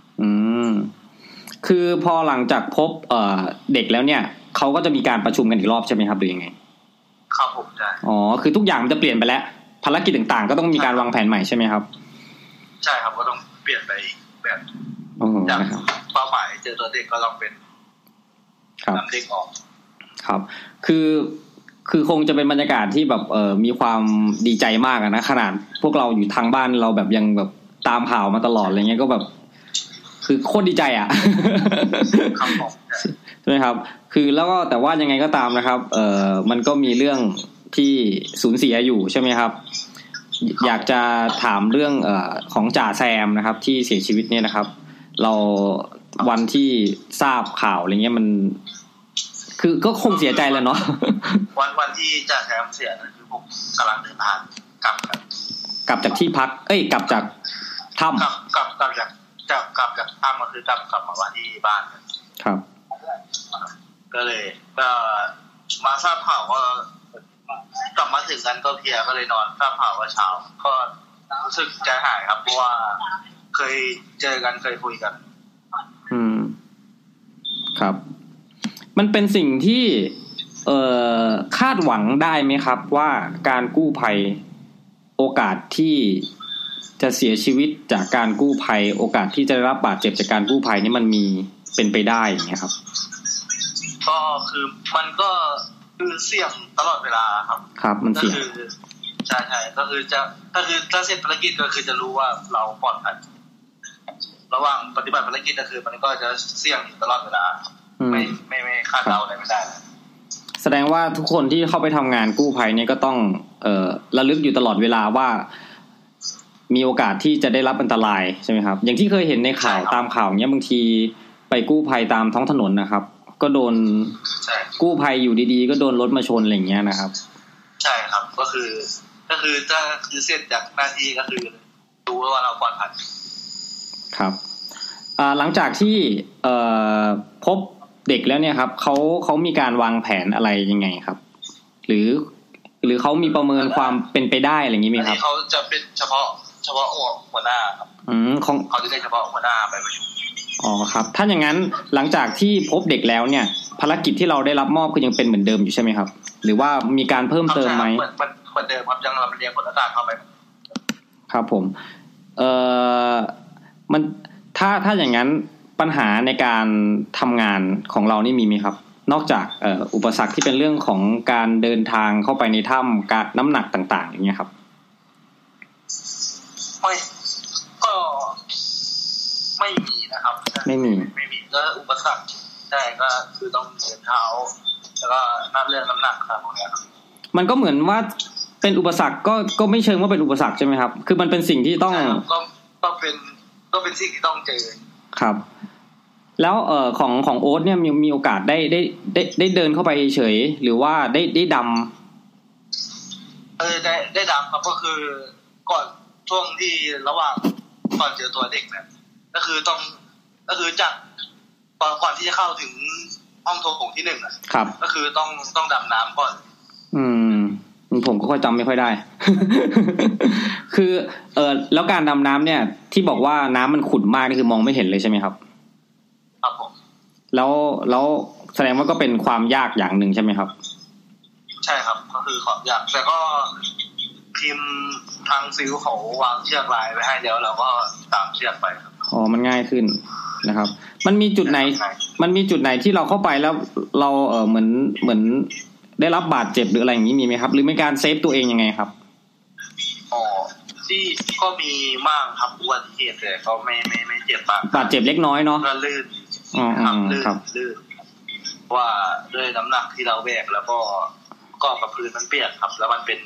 ำคือพอหลังจากพบเด็กแล้วเนี่ยเขาก็จะมีการประชุมกันอีกรอบใช่ไหมครับหรือยังไงครับผมใช่อ๋อคือทุกอย่างมันจะเปลี่ยนไปแล้วภารกิจต่างๆก็ต้องมีการวางแผนใหม่ใช่ไหมครับใช่ครับก็ต้องเปลี่ยนไปแบบจากเป้าหมายเจอตัวเด็กก็ลองเป็นนำเด็กออกครับคือคงจะเป็นบรรยากาศที่แบบมีความดีใจมากนะขนาดพวกเราอยู่ทางบ้านเราแบบยังแบบตามข่าวมาตลอดอะไรเงี้ยก็แบบคือโคตรดีใจอ่ะครับผมใช่ไหมครับคือแล้วก็แต่ว่ายังไงก็ตามนะครับมันก็มีเรื่องที่สูญเสียอยู่ใช่ไหมครับอยากจะถามเรื่องของจ่าแซมนะครับที่เสียชีวิตเนี่ยนะครับเราวันที่ทราบข่าวอะไรเงี้ยมันคือก็คงเสียใจแหละเนาะวันที่จ่าแซมเสียนั่นคือผมกำลังเดินทางกลับจากที่พักกลับจากถ้ำกลับจากถ้ำก็คือกลับมาว่าที่บ้านครับก็เลยมาทราบข่าวก็กลับมาถึงกันก็เพลียก็เลยนอนทราบข่าวว่าเช้าก็รู้สึกใจหายครับเพราะว่าเคยเจอกันเคยคุยกันครับมันเป็นสิ่งที่คาดหวังได้ไหมครับว่าการกู้ภัยโอกาสที่จะเสียชีวิตจากการกู้ภัยโอกาสที่จะได้รับบาดเจ็บจากการกู้ภัยนี่มันมีเป็นไปได้อย่างเงี้ยครับก็คือมันก็คือเสี่ยงตลอดเวลาครับครับมันเสี่ยงใช่ก็คือถ้าเสร็จภารกิจก็คือจะรู้ว่าเราปลอดภัยระหว่างปฏิบัติภารกิจก็คือมันก็จะเสี่ยงอยู่ตลอดเวลาไม่คาดเดาอะไรไม่ได้แสดงว่าทุกคนที่เข้าไปทำงานกู้ภัยเนี่ยก็ต้องระลึกอยู่ตลอดเวลาว่ามีโอกาสที่จะได้รับอันตรายใช่ไหมครับอย่างที่เคยเห็นในข่าวตามข่าวเนี้ยบางทีไปกู้ภัยตามท้องถนนนะครับก็โดนกู้ภัยอยู่ดีๆก็โดนรถมาชนอะไรอย่างเงี้ยนะครับใช่ครับก็คือถ้าคือเสร็จจากหน้าที่ก็คือรู้ว่าเราปลอดภัยครับหลังจากที่พบเด็กแล้วเนี่ยครับเขามีการวางแผนอะไรยังไงครับหรือเขามีประเมินความเป็นไปได้อะไรอย่างนี้ไหมครับเขาจะเป็นเฉพาะหัวหน้าครับเขาจะได้เฉพาะหัวหน้าไปประชุมอ๋อครับถ้าอย่างนั้นหลังจากที่พบเด็กแล้วเนี่ยภารกิจที่เราได้รับมอบคือยังเป็นเหมือนเดิมอยู่ใช่ไหมครับหรือว่ามีการเพิ่มเติมไหมเหมือนเดิมครับยังเราเรียนผลต่างเข้าไปครับผมมันถ้าอย่างนั้นปัญหาในการทำงานของเรานี่มีไหมครับนอกจากอุปสรรคที่เป็นเรื่องของการเดินทางเข้าไปในถ้ำการน้ำหนักต่างๆอย่างเงี้ยครับไม่มีนะครับไม่มีก็อุปสรรคใช่ก็คือต้องเดินเท้าแล้วก็นับเรื่องน้ำหนักครับพวกนี้ครับมันก็เหมือนว่าเป็นอุปสรรคก็ไม่เชิงว่าเป็นอุปสรรคใช่ไหมครับคือมันเป็นสิ่งที่ต้องก็เป็นสิ่งที่ต้องเจอครับแล้วของโอ๊ตเนี่ยมีโอกาสได้เดินเข้าไปเฉยหรือว่าได้ดำได้ดำครับก็คือก่อนช่วงที่ระหว่างก่อนเจอตัวเด็กเนี่ยก็คือจากก่อนที่จะเข้าถึงห้องโถงที่1อ่ะครับก็คือต้องดำน้ำก่อนผมก็ค่อยจำไม่ค่อยได้ คือแล้วการดำน้ำเนี่ยที่บอกว่าน้ำมันขุ่นมากนี่คือมองไม่เห็นเลยใช่ไหมครับครับผมแล้วแสดงว่าก็เป็นความยากอย่างหนึ่งใช่ไหมครับใช่ครับก็คือความยากแต่ก็ทีมทางซิลเขาวางเชือกลายไว้ให้แล้วเราก็ตามเชือกไปครับอ๋อมันง่ายขึ้นนะครับมันมีจุดไหนที่เราเข้าไปแล้วเราเหมือนได้รับบาดเจ็บหรืออะไรอย่างนี้มีไหมครับหรือมีการเซฟตัวเองยังไงครับที่ก็มีมากครับอุบัติเหตุแต่ก็ไม่เจ็บบาดเจ็บเล็กน้อยเนาะก็ลื่นลื่นว่าด้วยน้ำหนักที่เราแบกแล้วก็กับพื้นมันเปียกครับแล้วมันเป็น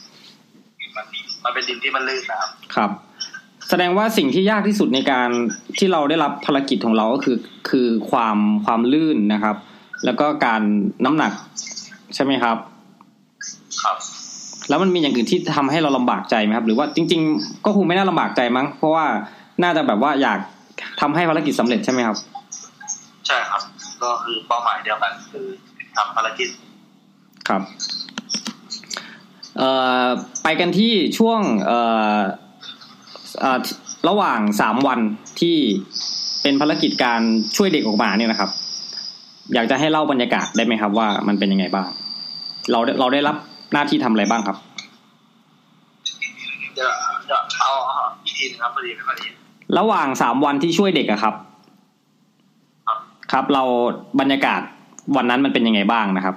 ดินที่มันลื่นนะครับแสดงว่าสิ่งที่ยากที่สุดในการที่เราได้รับภารกิจของเราก็คือความลื่นนะครับแล้วก็การน้ำหนักใช่ไหมครับครับแล้วมันมีอย่างอื่นที่ทำให้เราลำบากใจไหมครับหรือว่าจริงๆก็คงไม่น่าลำบากใจมั้งเพราะว่าน่าจะแบบว่าอยากทำให้ภารกิจสำเร็จใช่ไหมครับใช่ครับก็คือเป้าหมายเดียวกันคือทำภารกิจครับไปกันที่ช่วงระหว่าง3วันที่เป็นภารกิจการช่วยเด็กออกมาเนี่ยนะครับอยากจะให้เล่าบรรยากาศได้ไหมครับว่ามันเป็นยังไงบ้างเราได้รับหน้าที่ทำอะไรบ้างครับจะเอาอีกทีนึงครับพอดีระหว่าง3วันที่ช่วยเด็กอะครับครับเราบรรยากาศวันนั้นมันเป็นยังไงบ้างนะครับ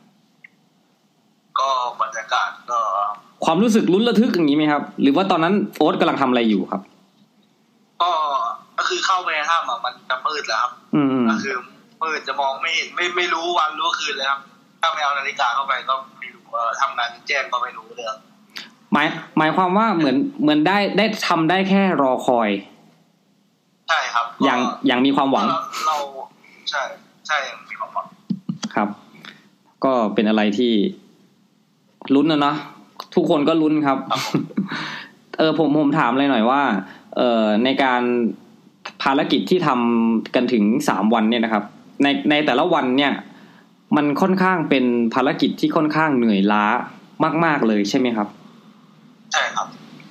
ก็บรรยากาศก็ความรู้สึกลุ้นระทึกอย่างนี้ไหมครับหรือว่าตอนนั้นโอ๊ตกำลังทำอะไรอยู่ครับก็คือเข้าไปในถ้ำมันจะมืดแล้วครับก็คือมืดจะมองไม่เห็นไม่รู้วันรู้คืนเลยครับถ้าไม่เอานาฬิกาเข้าไปก็ไม่รู้ทำงานแจ้งก็ไม่รู้เลยหมายความว่าเหมือนได้ทำได้แค่รอคอยใช่ครับอย่างมีความหวังเราใช่มีความหวังครับก็เป็นอะไรที่ลุ้นนะเนาะทุกคนก็ลุ้นครับผมถามเลยหน่อยว่าในการภารกิจที่ทำกันถึง3วันเนี่ยนะครับในแต่ละวันเนี่ยมันค่อนข้างเป็นภารกิจที่ค่อนข้างเหนื่อยล้ามากๆเลยใช่ไหมครับใช่ครับ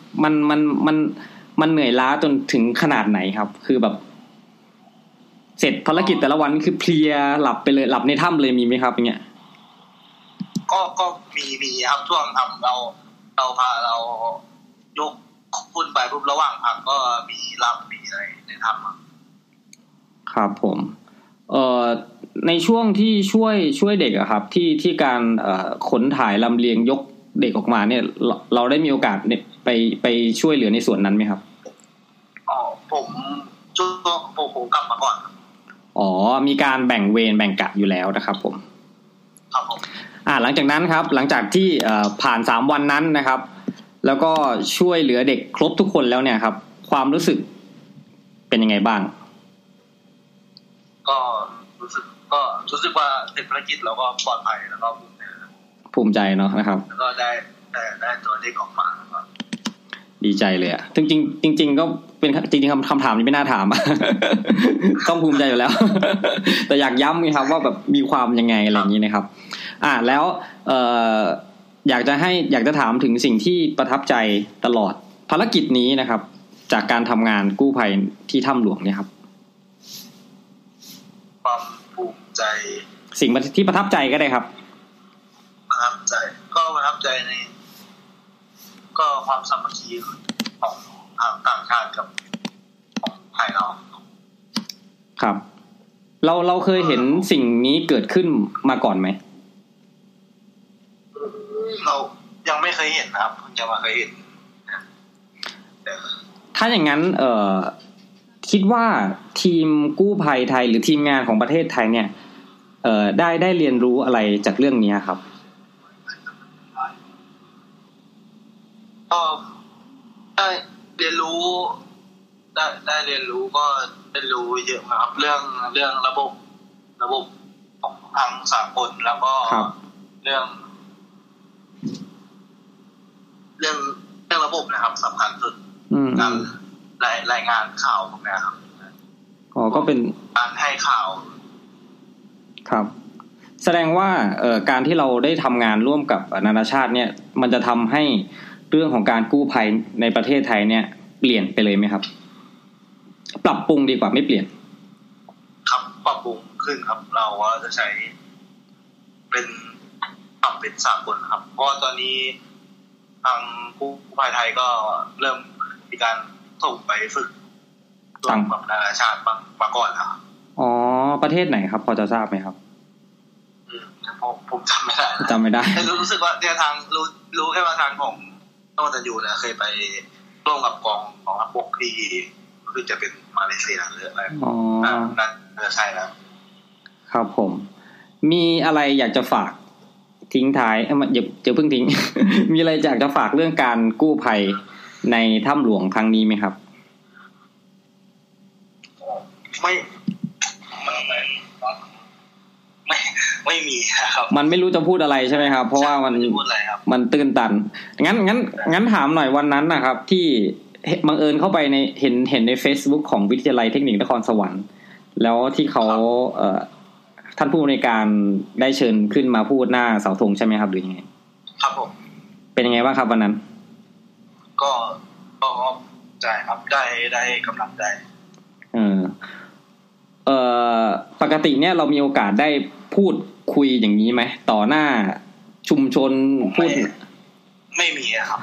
มันเหนื่อยล้าจนถึงขนาดไหนครับคือแบบเสร็จภารกิจแต่ละวันคือเพลียหลับไปเลยหลับในถ้ำเลยมีไหมครับอย่างเงี้ยก็มีครับช่วงทำเราพาเรายกขึ้นไปปุ๊บระหว่างพักก็มีหลับมีอะไรในถ้ำครับผมในช่วงที่ช่วยเด็กอะครับที่การขนถ่ายลำเลียงยกเด็กออกมาเนี่ยเราได้มีโอกาสไปช่วยเหลือในส่วนนั้นไหมครับผมกลับมาก่อนมีการแบ่งเวรแบ่งกะอยู่แล้วนะครับผมครับผมหลังจากนั้นครับหลังจากที่ผ่าน3วันนั้นนะครับแล้วก็ช่วยเหลือเด็กครบทุกคนแล้วเนี่ยครับความรู้สึกเป็นยังไงบ้างก็รู้สึกว่าเสร็จภารกิจแล้วก็ปลอดภัยแล้วก็ภูมิใจเนาะนะครับแล้วก็ได้ตัวเด็กออกมาครับดีใจเลยอ่ะจริงก็เป็นจริงๆคำถามนี้ไม่น่าถาม ต้องภูมิใจอยู่แล้ว แต่อยากย้ำไงครับว่าแบบมีความยังไงอะไรอย่างนี้นะครับแล้วอยากจะถามถึงสิ่งที่ประทับใจตลอดภารกิจนี้นะครับจากการทำงานกู้ภัยที่ถ้ำหลวงเนี่ยครับความภูมิใจสิ่งที่ประทับใจก็ได้ครับประทับใจในก็ความสามัคคีของต่างชาติกับของไทยเราครับเราเคยเห็นสิ่งนี้เกิดขึ้นมาก่อนไหมเรายังไม่เคยเห็นครับเพิ่งจะมาเคยเห็นถ้าอย่างนั้นคิดว่าทีมกู้ภัยไทยหรือทีมงานของประเทศไทยเนี่ยได้เรียนรู้อะไรจากเรื่องนี้ครับก็ได้เรียนรู้ได้เรียนรู้ก็ได้รู้เยอะครับเรื่องระบบของทางสากลแล้วก็เรื่องระบบนะครับสำคัญสุดการรายงานข่าวพวกนี้ครับก็เป็นการให้ข่าวครับแสดงว่าการที่เราได้ทำงานร่วมกับนานาชาติเนี่ยมันจะทำให้เรื่องของการกู้ภัยในประเทศไทยเนี่ยเปลี่ยนไปเลยไหมครับปรับปรุงดีกว่าไม่เปลี่ยนครับปรับปรุงขึ้นครับเราจะใช้เป็นปรับเป็นสากลครับเพราะตอนนี้ทางกู้ภัยไทยก็เริ่มมีการส่งไปฝึกร่วมกับนานาชาติมาก่อนแล้วอ๋อประเทศไหนครับพอจะทราบไหมครับผมจำไม่ได้รู้สึกว่าเนี่ยทางรู้แค่ว่าทางของโนตันยูเนี่ยเคยไปร่วมกับกองทัพบกที่คือจะเป็นมาเลเซียหรืออะไรนั่นใช่แล้วครับผมมีอะไรอยากจะฝากทิ้งท้ายอย่าเพิ่งทิ้ง มีอะไรอยากจะฝากเรื่องการกู้ภัยในถ้ำหลวงครั้งนี้ไหมครับไม่มีครับมันไม่รู้จะพูดอะไรใช่ไหมครับเพราะว่ามันตื้นตันงั้นถามหน่อยวันนั้นนะครับที่บังเอิญเข้าไปในเห็นใน Facebook ของวิทยาลัยเทคนิคนครสวรรค์แล้วที่เขาท่านผู้อำนวยการได้เชิญขึ้นมาพูดหน้าเสาธงใช่ไหมครับหรือยังไงครับผมเป็นยังไงบ้างครับวันนั้นก็ใจครับได้กำลังใจปกติเนี่ยเรามีโอกาสได้พูดคุยอย่างนี้ไหมต่อหน้าชุมชนพูดไม่มีครับ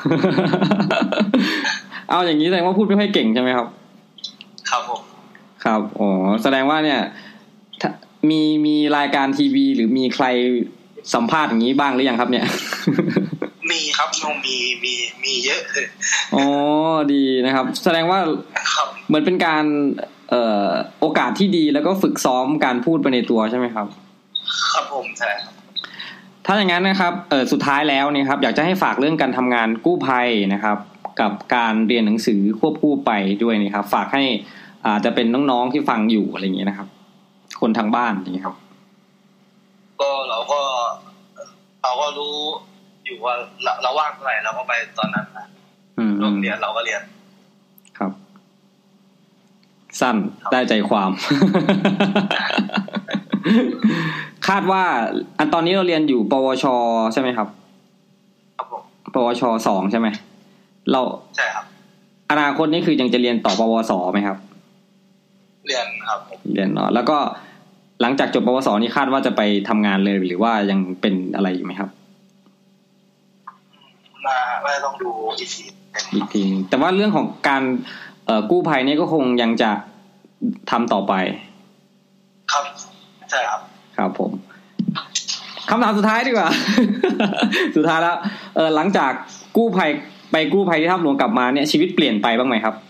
เอาอย่างนี้แสดงว่าพูดไม่ค่อยเก่งใช่ไหมครับครับผมครับอ๋อแสดงว่าเนี่ยมีรายการทีวีหรือมีใครสัมภาษณ์อย่างนี้บ้างหรือยังครับเนี่ยมีครับมีเยอะอ๋อดีนะครับแสดงว่าเหมือนเป็นการโอกาสที่ดีแล้วก็ฝึกซ้อมการพูดไปในตัวใช่ไหมครับครับผมใช่ครับถ้าอย่างนั้นนะครับสุดท้ายแล้วเนี่ยครับอยากจะให้ฝากเรื่องการทำงานกู้ภัยนะครับกับการเรียนหนังสือควบคู่ไปด้วยนะครับฝากให้จะเป็นน้องๆที่ฟังอยู่อะไรอย่างเงี้ยนะครับคนทางบ้านอย่างเงี้ยครับก็เราก็รู้อยู่ว่าเราว่างเท่าไหร่เราก็ไปตอนนั้นนะโรงเรียนเราก็เรียนครับสั้นได้ใจความ คาดว่าตอนนี้เราเรียนอยู่ปวชใช่ไหมครับครับผมปวช2ใช่ไหมใช่ครับอนาคตนี่คือยังจะเรียนต่อปวสไหมครับเรียนครับผมเรียนเนาะแล้วก็หลังจากจบปวสนี่คาดว่าจะไปทำงานเลยหรือว่ายังเป็นอะไรอยู่ไหมครับไม่ต้องดูอีกทีแต่ว่าเรื่องของการกู้ภัยนี่ก็คงยังจะทำต่อไปครับใช่ครับครับผมคำถามสุดท้ายดีกว่า สุดท้ายแล้วหลังจากกู้ภัยที่ถ้ำหลวงกลับมาเนี่ยชีวิตเปลี่ยนไปบ้างไหมครับ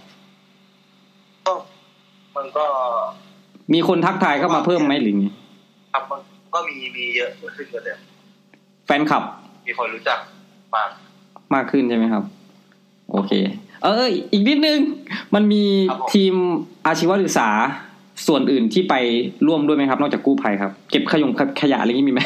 มันก็มีคนทักทายเข้ามาเพิ่มไหมหรือไงครับมันก็มีเยอะขึ้นกว่าเดิมแฟนคลับมีคนรู้จักมากขึ้นใช่ไหมครับโอเคอีกนิดนึงมันมีทีมอาชีวศึกษาส่วนอื่นที่ไปร่วมด้วยไหมครับนอกจากกู้ภัยครับเก็บขยะอะไรนี้มีไหม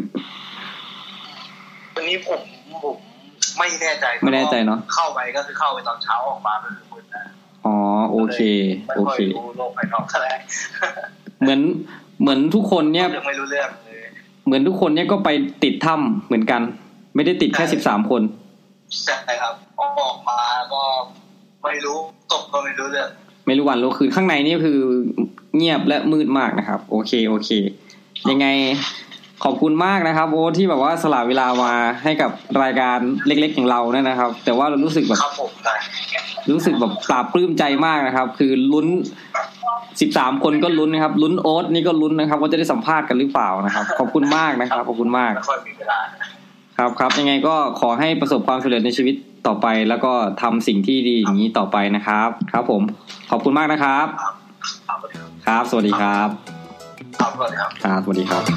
วันนี้ผมไม่แน่ใจเนาะเข้าไปก็คือเข้าไปตอนเช้าออกมาเป็นคนนะอ๋อโอเคโลกภายนอกอะไรเหมือนทุกคนเนี่ยยังไม่รู้เรื่องเลยเหมือนทุกคนเนี่ยก็ไปติดถ้ำเหมือนกันไม่ได้ติดแค่13คนใช่ครับออกมาก็ไม่รู้ตกก็ไม่รู้เรื่องไม่รู้วันรู้คืนข้างในนี่คือเงียบและมืดมากนะครับโอเคยังไงขอบคุณมากนะครับโอ้ที่แบบว่าสละเวลามาให้กับรายการเล็กๆอย่างเราเนี่ยนะครับแต่ว่าเรารู้สึกแบบรู้สึกแบบปลาบปลื้มใจมากนะครับคือลุ้น13คนก็ลุ้นนะครับลุ้นโอ๊ตนี่ก็ลุ้นนะครับว่าจะได้สัมภาษณ์กันหรือเปล่านะครับขอบคุณมากนะครับขอบคุณมากครับยังไงก็ขอให้ประสบความสำเร็จในชีวิตต่อไปแล้วก็ทำสิ่งที่ดีอย่างนี้ต่อไปนะครับครับผมขอบคุณมากนะครับครับสวัสดีครับครับสวัสดีครับครับสวัสดีครับ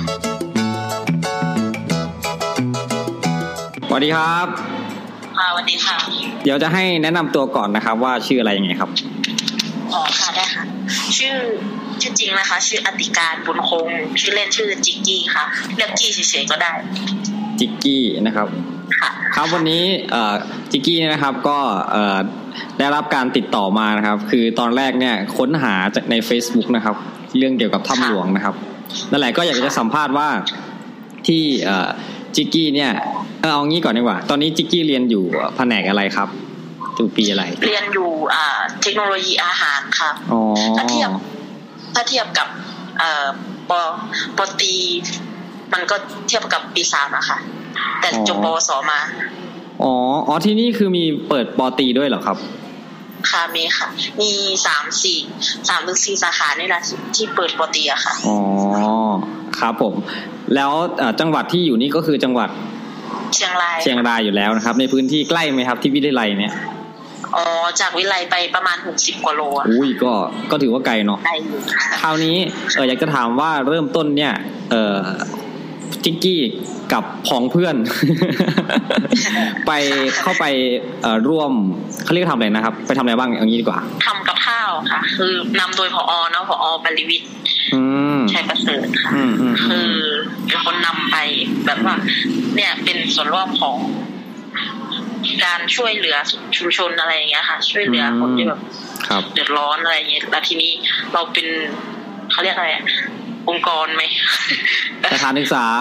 สวัสดีครับสวัสดีค่ะเดี๋ยวจะให้แนะนำตัวก่อนนะครับว่าชื่ออะไรยังไงครับอ๋อค่ะได้ค่ะชื่อจริงนะคะชื่ออติการบุญคงชื่อเล่นชื่อจิกกี้ค่ะเรียกจี้เฉยๆก็ได้จิกกี้นะครับครับวันนี้จิกกี้เนี่ยนะครับก็ได้รับการติดต่อมานะครับคือตอนแรกเนี่ยค้นหาจากใน Facebook นะครับเรื่องเกี่ยวกับถ้ำหลวงนะครับนั่นแหละก็อยากจะสัมภาษณ์ว่าที่จิกกี้เนี่ยเอางี้ก่อนดีกว่าตอนนี้จิกกี้เรียนอยู่แผนกอะไรครับอยู่ปีอะไรเรียนอยู่เทคโนโลยีอาหารครับอ๋อถ้าเทียบกับปตรีมันก็เทียบกับปี3อะค่ะแต่จบปวสมาอ๋อที่นี่คือมีเปิดปตรีด้วยเหรอครับค่ะมีค่ะมี3-4 สาขานี่แหละที่เปิดปกติอะค่ะอ๋อครับผมแล้วจังหวัดที่อยู่นี่ก็คือจังหวัดเชียงรายอยู่แล้วนะครับในพื้นที่ใกล้ไหมครับที่วิทยาลัยเนี่ยอ๋อจากวิทยาลัยไปประมาณ60กว่าโลอ่ะอุ้ยก็ถือว่าไกลเนาะไกลอยู่คราวนี้อยากจะถามว่าเริ่มต้นเนี่ยจิ๊กกี้กับพ้องเพื่อน เข้าไปร่วมเขาเรียกทำอะไรนะครับไปทำอะไรบ้างอย่างนี้ดีกว่าทำกับข้าวค่ะคือนำโดยผอ.เนาะผอ.ปริวิทย์ชัยประเสริฐค่ะคือเป็นคนนำไปแบบว่าเนี่ยเป็นส่วนร่วมของการช่วยเหลือชุมชนอะไรอย่างเงี้ยค่ะช่วยเหลือคนที่แบบเดือดร้อนอะไรอย่างเงี้ยแล้วทีนี้เราเป็นเขาเรียกอะไรองค์กรไหมสถานศึกษา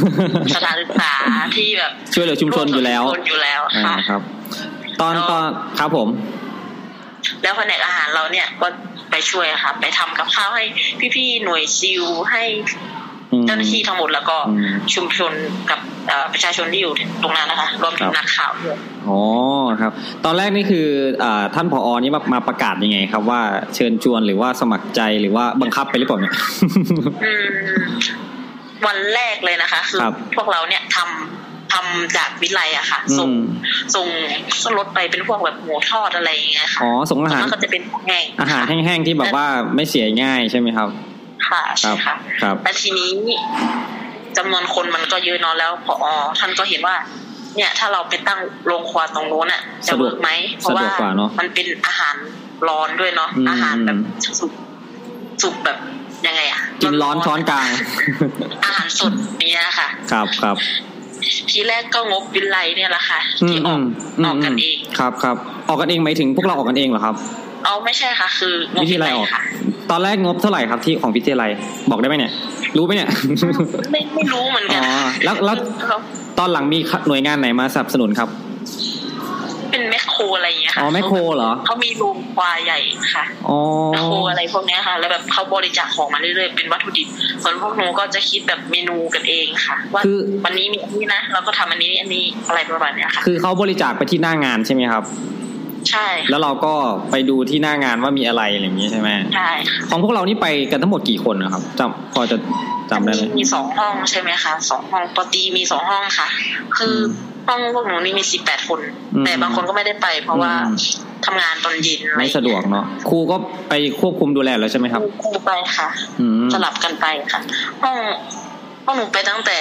ที่แบบช่วยเหลือชุมชนอยู่แล้วค่ะครับตอนครับผมแล้วแผนกอาหารเราเนี่ยก็ไปช่วยค่ะไปทำกับข้าวให้พี่ๆหน่วยซิลให้เจ้าหน้าที่ทั้งหมดแล้วก็ชุมชนกับประชาชนที่อยู่ตรงนั้นนะคะรวมถึงนักข่าวด้วยอ๋อครับตอนแรกนี่คือท่านผอ.นี่มาประกาศยังไงครับว่าเชิญชวนหรือว่าสมัครใจหรือว่าบังคับไปหรือเปล่าเนี่ยวันแรกเลยนะคะคือพวกเราเนี่ยทำจากวิทยาลัยอะค่ะส่งรถไปเป็นพวกแบบหมูทอดอะไรอย่างเงี้ยค่ะอ๋อส่งอาหารก็จะเป็นแห้งอาหารแห้งๆที่แบบว่าไม่เสียง่ายใช่ไหมครับค่ะใช่ค่ะแต่ทีนี้จำนวนคนมันก็เยอะเนาะแล้วผอ.ท่านก็เห็นว่าเนี่ยถ้าเราไปตั้งโรงครัวตรงโน้นอ่ะจะเวิร์กไหมเพราะว่ามันเป็นอาหารร้อนด้วยเนาะอาหารแบบสุกแบบยังไงอ่ะกินร้อนช้อนกลางอาหารสดเนี่ยค่ะครับทีแรกก็งบวิไลเนี่ยแหละค่ะที่ออกกันเองครับออกกันเองหมายถึงพวกเราออกกันเองเหรอครับเอาไม่ใช่ค่ะคืองบวิไลค่ะตอนแรกงบเท่าไหร่ครับที่ของวิทยาลัยบอกได้ไหมเนี่ยรู้ไหมเนี่ยไม่รู้เหมือนกันอ๋อแล้วตอนหลังมีหน่วยงานไหนมาสนับสนุนครับเป็นแมคโครอะไรอย่างเงี้ยค่ะอ๋อแมคโครเหรอเขามีโรงควายใหญ่ค่ะอ๋อแมคโครอะไรพวกนี้ค่ะแล้วแบบเขาบริจาคของมาเรื่อยๆเป็นวัตถุดิบส่วนพวกหนูก็จะคิดแบบเมนูกันเองค่ะว่าวันนี้มีอันนี้นะเราก็ทำอันนี้อะไรประมาณนี้ค่ะคือเขาบริจาคไปที่หน้างานใช่ไหมครับใช่แล้วเราก็ไปดูที่หน้างานว่ามีอะไรอะไรอย่างนี้ใช่ไหมใช่ของพวกเรานี่ไปกันทั้งหมดกี่คนนะครับพอจะจำได้ไหมมี2ห้องใช่ไหมคะ2ห้องปกติมี2ห้องค่ะคือห้องพวกหนูนี่มี18คนแต่บางคนก็ไม่ได้ไปเพราะว่าทำงานตอนเย็นไม่สะดวกเนาะครูก็ไปควบคุมดูแลแล้วใช่ไหมครับครูไปค่ะสลับกันไปค่ะห้องหนูไปตั้งแต่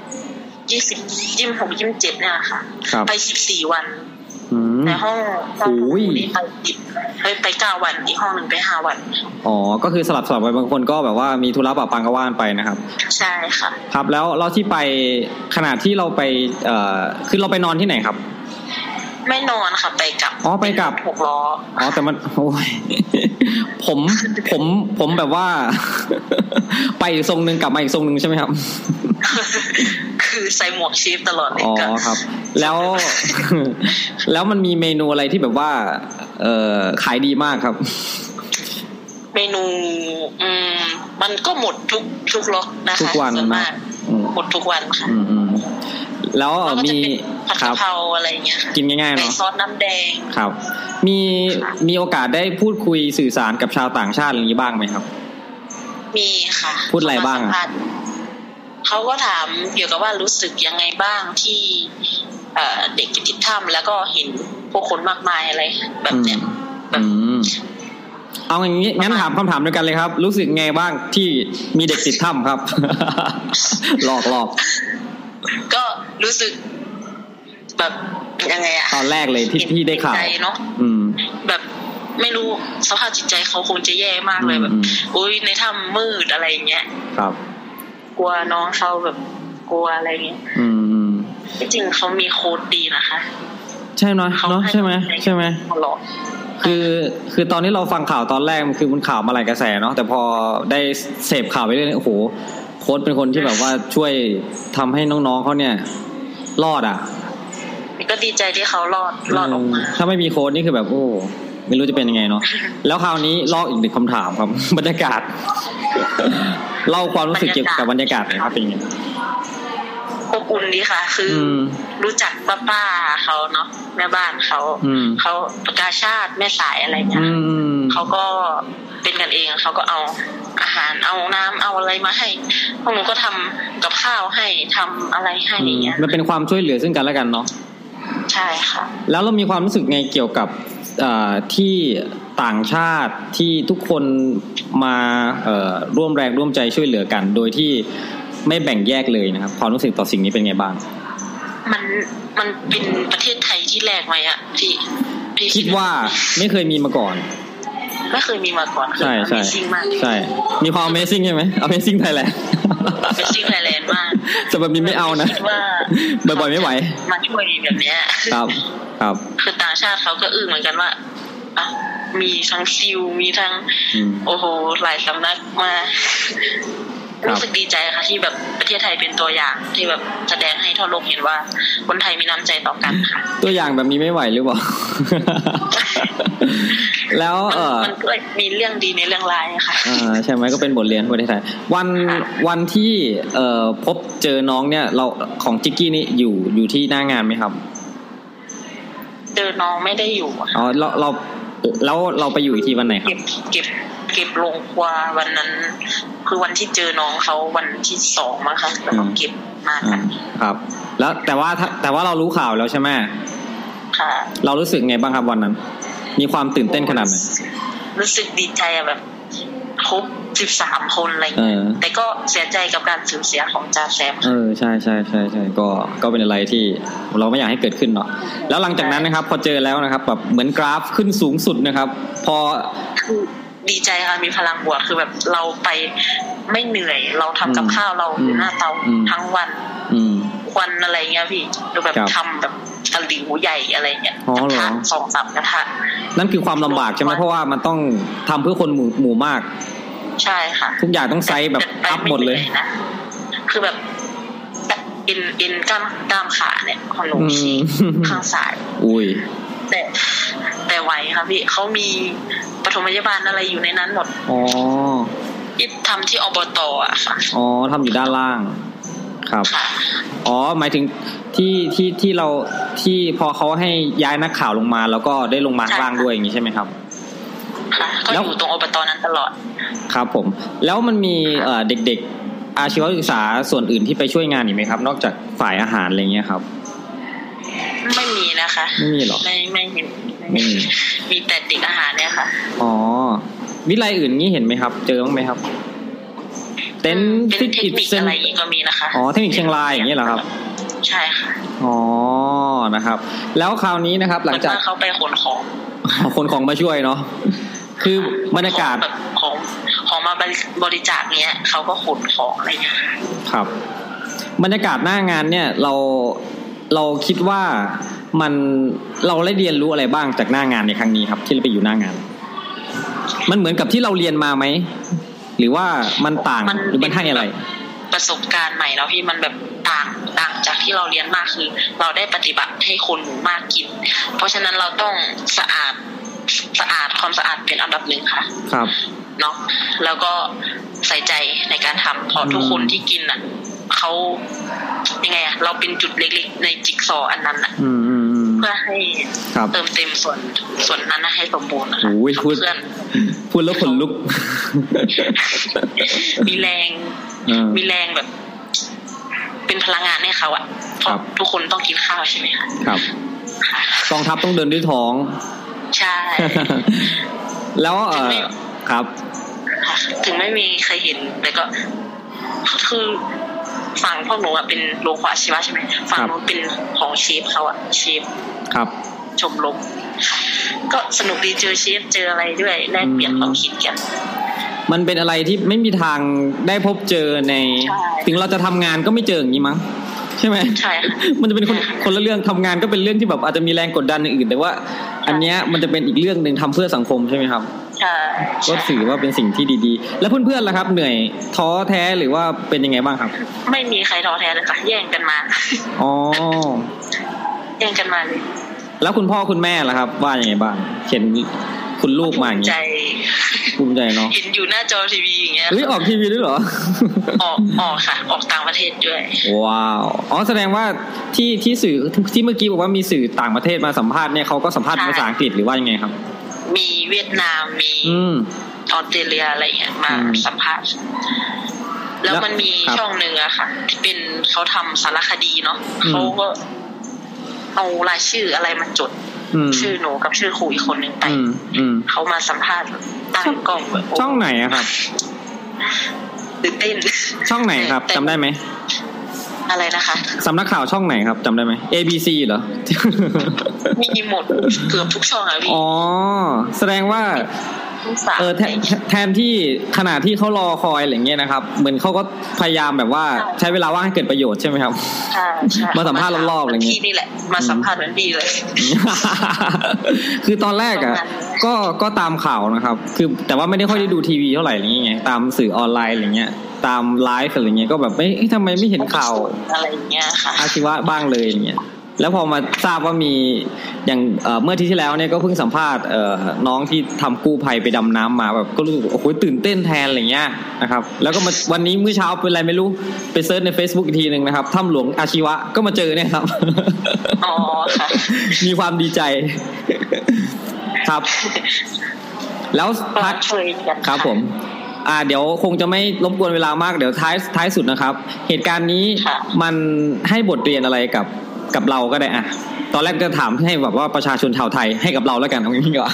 26 27เนี่ยค่ะไป14 วันในห้องนี้ไป9 วันอีกห้องนึงไป5 วันอ๋อก็คือสลับไปบางคนก็แบบว่ามีธุระปะปังก็ว่านไปนะครับใช่ค่ะครับแล้วเราที่ไปขณะที่เราไปคือเราไปนอนที่ไหนครับไม่นอนค่ะไปกลับอ๋อไปกลับ 6 ล้ออ๋อแต่มันโอ้ยผมแบบว่าไปอีกทรงนึงกลับมาอีกทรงนึงใช่ไหมครับคือใส่หมวกชีฟตลอดเลยอ๋อครับแล้วมันมีเมนูอะไรที่แบบว่าขายดีมากครับเมนูมันก็หมดทุกล็อกนะคะทุกวันมากหมดทุกวันค่ะแล้วมีผัดกะเพราอะไรเงี้ยกินง่ายๆเนาะซอสน้ำแดงครับมีโอกาสได้พูดคุยสื่อสารกับชาวต่างชาติอะไรอย่างนี้บ้างไหมครับมีค่ะพูดอะไรบ้างเขาก็ถามเกี่ยวกับว่ารู้สึกยังไงบ้างที่เด็กติดถ้ำแล้วก็เห็นผู้คนมากมายอะไรแบบเนี้ยเอาอย่างนี้งั้นถามคำถามด้วยกันเลยครับรู้สึกไงบ้างที่มีเด็กติดถ้ำครับ หลอกก็รู้สึกแบบยังไงอะตอนแรกเลยที่ได้ข่าวเนาะแบบไม่รู้สภาพจิตใจเขาคงจะแย่มากเลยแบบอุ้ยในถ้ำมืดอะไรอย่างเงี้ยครับกลัวน้องเขาแบบกลัวอะไรเงี้ยจริงเขามีโค้ดดีนะคะใช่เนาะใช่ไหมคือตอนนี้เราฟังข่าวตอนแรกมันคือมันข่าวมาหลายกระแสเนาะแต่พอได้เสพข่าวไปเรื่อยๆโอ้โหโค้ดเป็นคนที่แบบว่าช่วยทำให้น้องๆเขาเนี่ยรอดอ่ะก็ดีใจที่เขารอดออกมาถ้าไม่มีโค้ดนี่คือแบบโอ้ไม่รู้จะเป็นยังไงเนาะแล้วคราวนี้ลอกอีกหนึ่งคำถามครับบรรยากาศเล่าความรู้สึกเกี่ยวกับบรรยากาศหน่อยครับเป็นยังไงอบอุ่นดีค่ะคือรู้จักป้าเขาเนาะแม่บ้านเขาประกาชาติแม่สายอะไรเงี้ยเขาก็เป็นกันเองเขาก็เอาอาหารเอาน้ำเอาอะไรมาให้พวกหนูก็ทำกับข้าวให้ทำอะไรให้อย่างเงี้ยมันเป็นความช่วยเหลือซึ่งกันและกันเนาะใช่ค่ะแล้วเรามีความรู้สึกไงเกี่ยวกับที่ต่างชาติที่ทุกคนมาร่วมแรงร่วมใจช่วยเหลือกันโดยที่ไม่แบ่งแยกเลยนะครับความรู้สึกต่อสิ่งนี้เป็นไงบ้างมันเป็นประเทศไทยที่แรกไหมอะพี่คิดว่าไม่เคยมีมาก่อนไม่เคยมีมาก่อนใช่ใช่ใช่มีความ Amazing ใช่ไหม Amazing Thailand Amazing Thailand มากแต่แบบนี้ไม่เอานะบ่อยๆไม่ไหวมาช่วยแบบเนี้ยครับคือต่างชาติเขาก็อึ้งเหมือนกันว่ามีทั้งซิลมีทั้งโอ้โหหลายสำนักมารู้สึกดีใจค่ะที่แบบประเทศไทยเป็นตัวอย่างที่แบบแสดงให้ทั่วโลกเห็นว่าคนไทยมีน้ำใจต่อกันค่ะตัวอย่างแบบนี้ไม่ไหวหรือเปล่า แล้วมันก็มีเรื่องดีในเรื่องร้ายค่ะใช่ไหมก็เป็นบทเรียนประเทศไทยวันที่พบเจอน้องเนี่ยเราของจิกกี้นี่อยู่ที่หน้างานไหมครับเจอน้องไม่ได้อยู่อ๋อเราไปอยู่อีกทีวันไหนครับเก็บลงครัววันนั้นคือวันที่เจอน้องเขาวันที่2มั้งคะแล้วก็เก็บมาครับแล้วแต่ว่าเรารู้ข่าวแล้วใช่ไหมค่ะเรารู้สึกไงบ้างครับวันนั้นมีความตื่นเต้นขนาดไหนรู้สึกดีใจแบบครบ13คนอะไรแต่ก็เสียใจกับการสูญเสียของจ่าแซมใช่ก็เป็นอะไรที่เราไม่อยากให้เกิดขึ้นเนาะแล้วหลังจากนั้นนะครับพอเจอแล้วนะครับแบบเหมือนกราฟขึ้นสูงสุดนะครับพอดีใจค่ะมีพลังบวกคือแบบเราไปไม่เหนื่อยเราทำกับข้าวเราอยู่หน้าเตาทั้งวันควันอะไรเงี้ยพี่ดูแบบทำแบบตะหลิวใหญ่อะไรเงี้ยกระทะ2-3กระทะนั่นคือความลำบากใช่ไหมเพราะว่ามันต้องทำเพื่อคนหมู่มากใช่ค่ะทุกอย่างต้องไซส์แบบอัพหมดเลยนะคือแบบอินกล้ามขาเนี่ยของหนูชี้ข้างซ้ายอุ้ยแต่ไหวค่ะพี่เขามีปฐมพยาบาลอะไรอยู่ในนั้นหมดที่ทำที่อบต.อ่ะค่ะทำอยู่ด้านล่างครับหมายถึงที่เราที่พอเขาให้ย้ายนักข่าวลงมาแล้วก็ได้ลงมาข้างล่างด้วยอย่างนี้ใช่ไหมครับค่ะก็อยู่ตรงอบต.นั้นตลอดครับผมแล้วมันมีเด็กๆอาชีวศึกษาส่วนอื่นที่ไปช่วยงานอีกไหมครับนอกจากฝ่ายอาหารอะไรเงี้ยครับไม่มีนะคะไม่มีหรอไม่เห็นมีแต่เด็กอาหารเนี่ยค่ะวิไลอื่นงี้เห็นไหมครับเจอบ้างไหมครับเต็นเทคนิคอะไรอีกก็มีนะคะเทคนิคเชียงรายอย่างนี้เหรอครับใช่ค่ะนะครับแล้วคราวนี้นะครับหลังจากเขาไปขนของมาช่วยเนาะคือบรรยากาศแบบของมาบริจาคเนี้ยเขาก็ขนของอะไรเงี้ยครับบรรยากาศหน้างานเนี่ยเราคิดว่าเราได้เรียนรู้อะไรบ้างจากหน้างานในครั้งนี้ครับที่เราไปอยู่หน้างานมันเหมือนกับที่เราเรียนมาไหมหรือว่ามันต่างหรือมันให้อะไรประสบการณ์ใหม่แล้วพี่มันแบบต่างจากที่เราเรียนมากคือเราได้ปฏิบัติให้คนหมู่มากกินเพราะฉะนั้นเราต้องสะอาดความสะอาดเป็นอันดับ1ค่ะครับเนาะแล้วก็ใส่ใจในการทำพอทุกคนที่กินอ่ะเขายังไงอ่ะเราเป็นจุดเล็กๆในจิ๊กซอว์อันนั้นอ่ะเพื่อให้เติมเต็มส่วนนั้นให้สมบูรณ์นะคะพูดแล้วขนลุกมีแรงแบบเป็นพลังงานให้เขาอ่ะเพราะทุกคนต้องกินข้าวใช่ไหมคะครับกองทัพต้องเดินด้วยท้องใช่แล้วครับถึงไม่มีใครเห็นแต่ก็คือฝั่งพวกหนูอ่ะเป็นโรงอาชีวะใช่ไหมฝั่งนู้นเป็นของเชฟเขาอ่ะเชฟครับชมรมก็สนุกดีเจอเชฟเจออะไรด้วยแลกเปลี่ยนความคิดกันมันเป็นอะไรที่ไม่มีทางได้พบเจอในถึงเราจะทำงานก็ไม่เจออย่างนี้มั้งใช่ไหมใช่ค่ะมันจะเป็นคนละเรื่องทำงานก็เป็นเรื่องที่แบบอาจจะมีแรงกดดันอื่นแต่ว่าอันเนี้ยมันจะเป็นอีกเรื่องนึงทำเพื่อสังคมใช่ไหมครับใช่ก็ถือว่าเป็นสิ่งที่ดีๆแล้วเพื่อนๆล่ะครับเหนื่อยท้อแท้หรือว่าเป็นยังไงบ้างครับไม่มีใครท้อแท้เลยค่ะแย่งกันมาแย่งกันมาเลยแล้วคุณพ่อคุณแม่ล่ะครับว่ายังไงบ้างเห็นคุณลูกมาอย่างนี้ภูมิใจเนาะเห็นอยู่หน้าจอทีวีอย่างเงี้ยออกทีวีด้วยเหรอออกค่ะออกต่างประเทศด้วยว้าวแสดงว่าที่สื่อที่เมื่อกี้บอกว่ามีสื่อต่างประเทศมาสัมภาษณ์เนี่ยเขาก็สัมภาษณ์ภาษาอังกฤษหรือว่ายังไงครับมีเวียดนามมีออสเตรเลียอะไรเงี้ยมาสัมภาษณ์แล้วมันมีช่องนึงอะค่ะที่เป็นเขาทำสารคดีเนาะเขาก็เอารายชื่ออะไรมาจดชื่อหนูกับชื่อครูอีกคนนึงไปเขามาสัมภาษณ์ตั้งกล้องช่องไหนอะครับตื่นเต้นช่องไหนครับจำได้ไหมอะไรนะคะสำนักข่าวช่องไหนครับจำได้ไหม ABC เหรอมีหมดเกือบทุกช่องอะพี่แสดงว่าแทนที่ขณะที่เขารอคอยอะไรเงี้ยนะครับเหมือนเขาก็พยายามแบบว่าใช้เวลาว่างให้เกิดประโยชน์ใช่ไหมครับใช่มาสัมภาษณ์รอบๆอะไรเงี้ยนี่แหละมาสัมภาษณ์เหมือนพี่เลยคือตอนแรกอ่ะก็ตามข่าวนะครับคือแต่ว่าไม่ได้ค่อยได้ดูทีวีเท่าไหร่อะไรเงี้ยตามสื่อออนไลน์อะไรเงี้ยตามไลฟ์อะไรเงี้ยก็แบบทำไมไม่เห็นข่าวอะไรเงี้ยค่ะอาชีวะบ้างเลยอย่างเงี้ยแล้วพอมาทราบว่ามีอย่างเมื่อที่แล้วเนี่ยก็เพิ่งสัมภาษณ์น้องที่ทำกู้ภัยไปดำน้ำมาแบบก็รู้สึกโอ้โหตื่นเต้นแทนอะไรเงี้ยนะครับแล้วก็มาวันนี้มื้อเช้าเป็นอะไรไม่รู้ไปเซิร์ชใน Facebook อีกทีนึงนะครับถ้ำหลวงอาชีวะก็มาเจอเนี่ยครับอ๋อค่ะมีความดีใจครับแล้วพักครับผมเดี๋ยวคงจะไม่รบกวนเวลามากเดี๋ยวท้ายสุดนะครับเหตุการณ์นี้มันให้บทเรียนอะไรกับเราก็ได้ตอนแรกจะถามให้แบบว่าประชาชนชาวไทยให้กับเราแล้วกันเอางี้ก่อน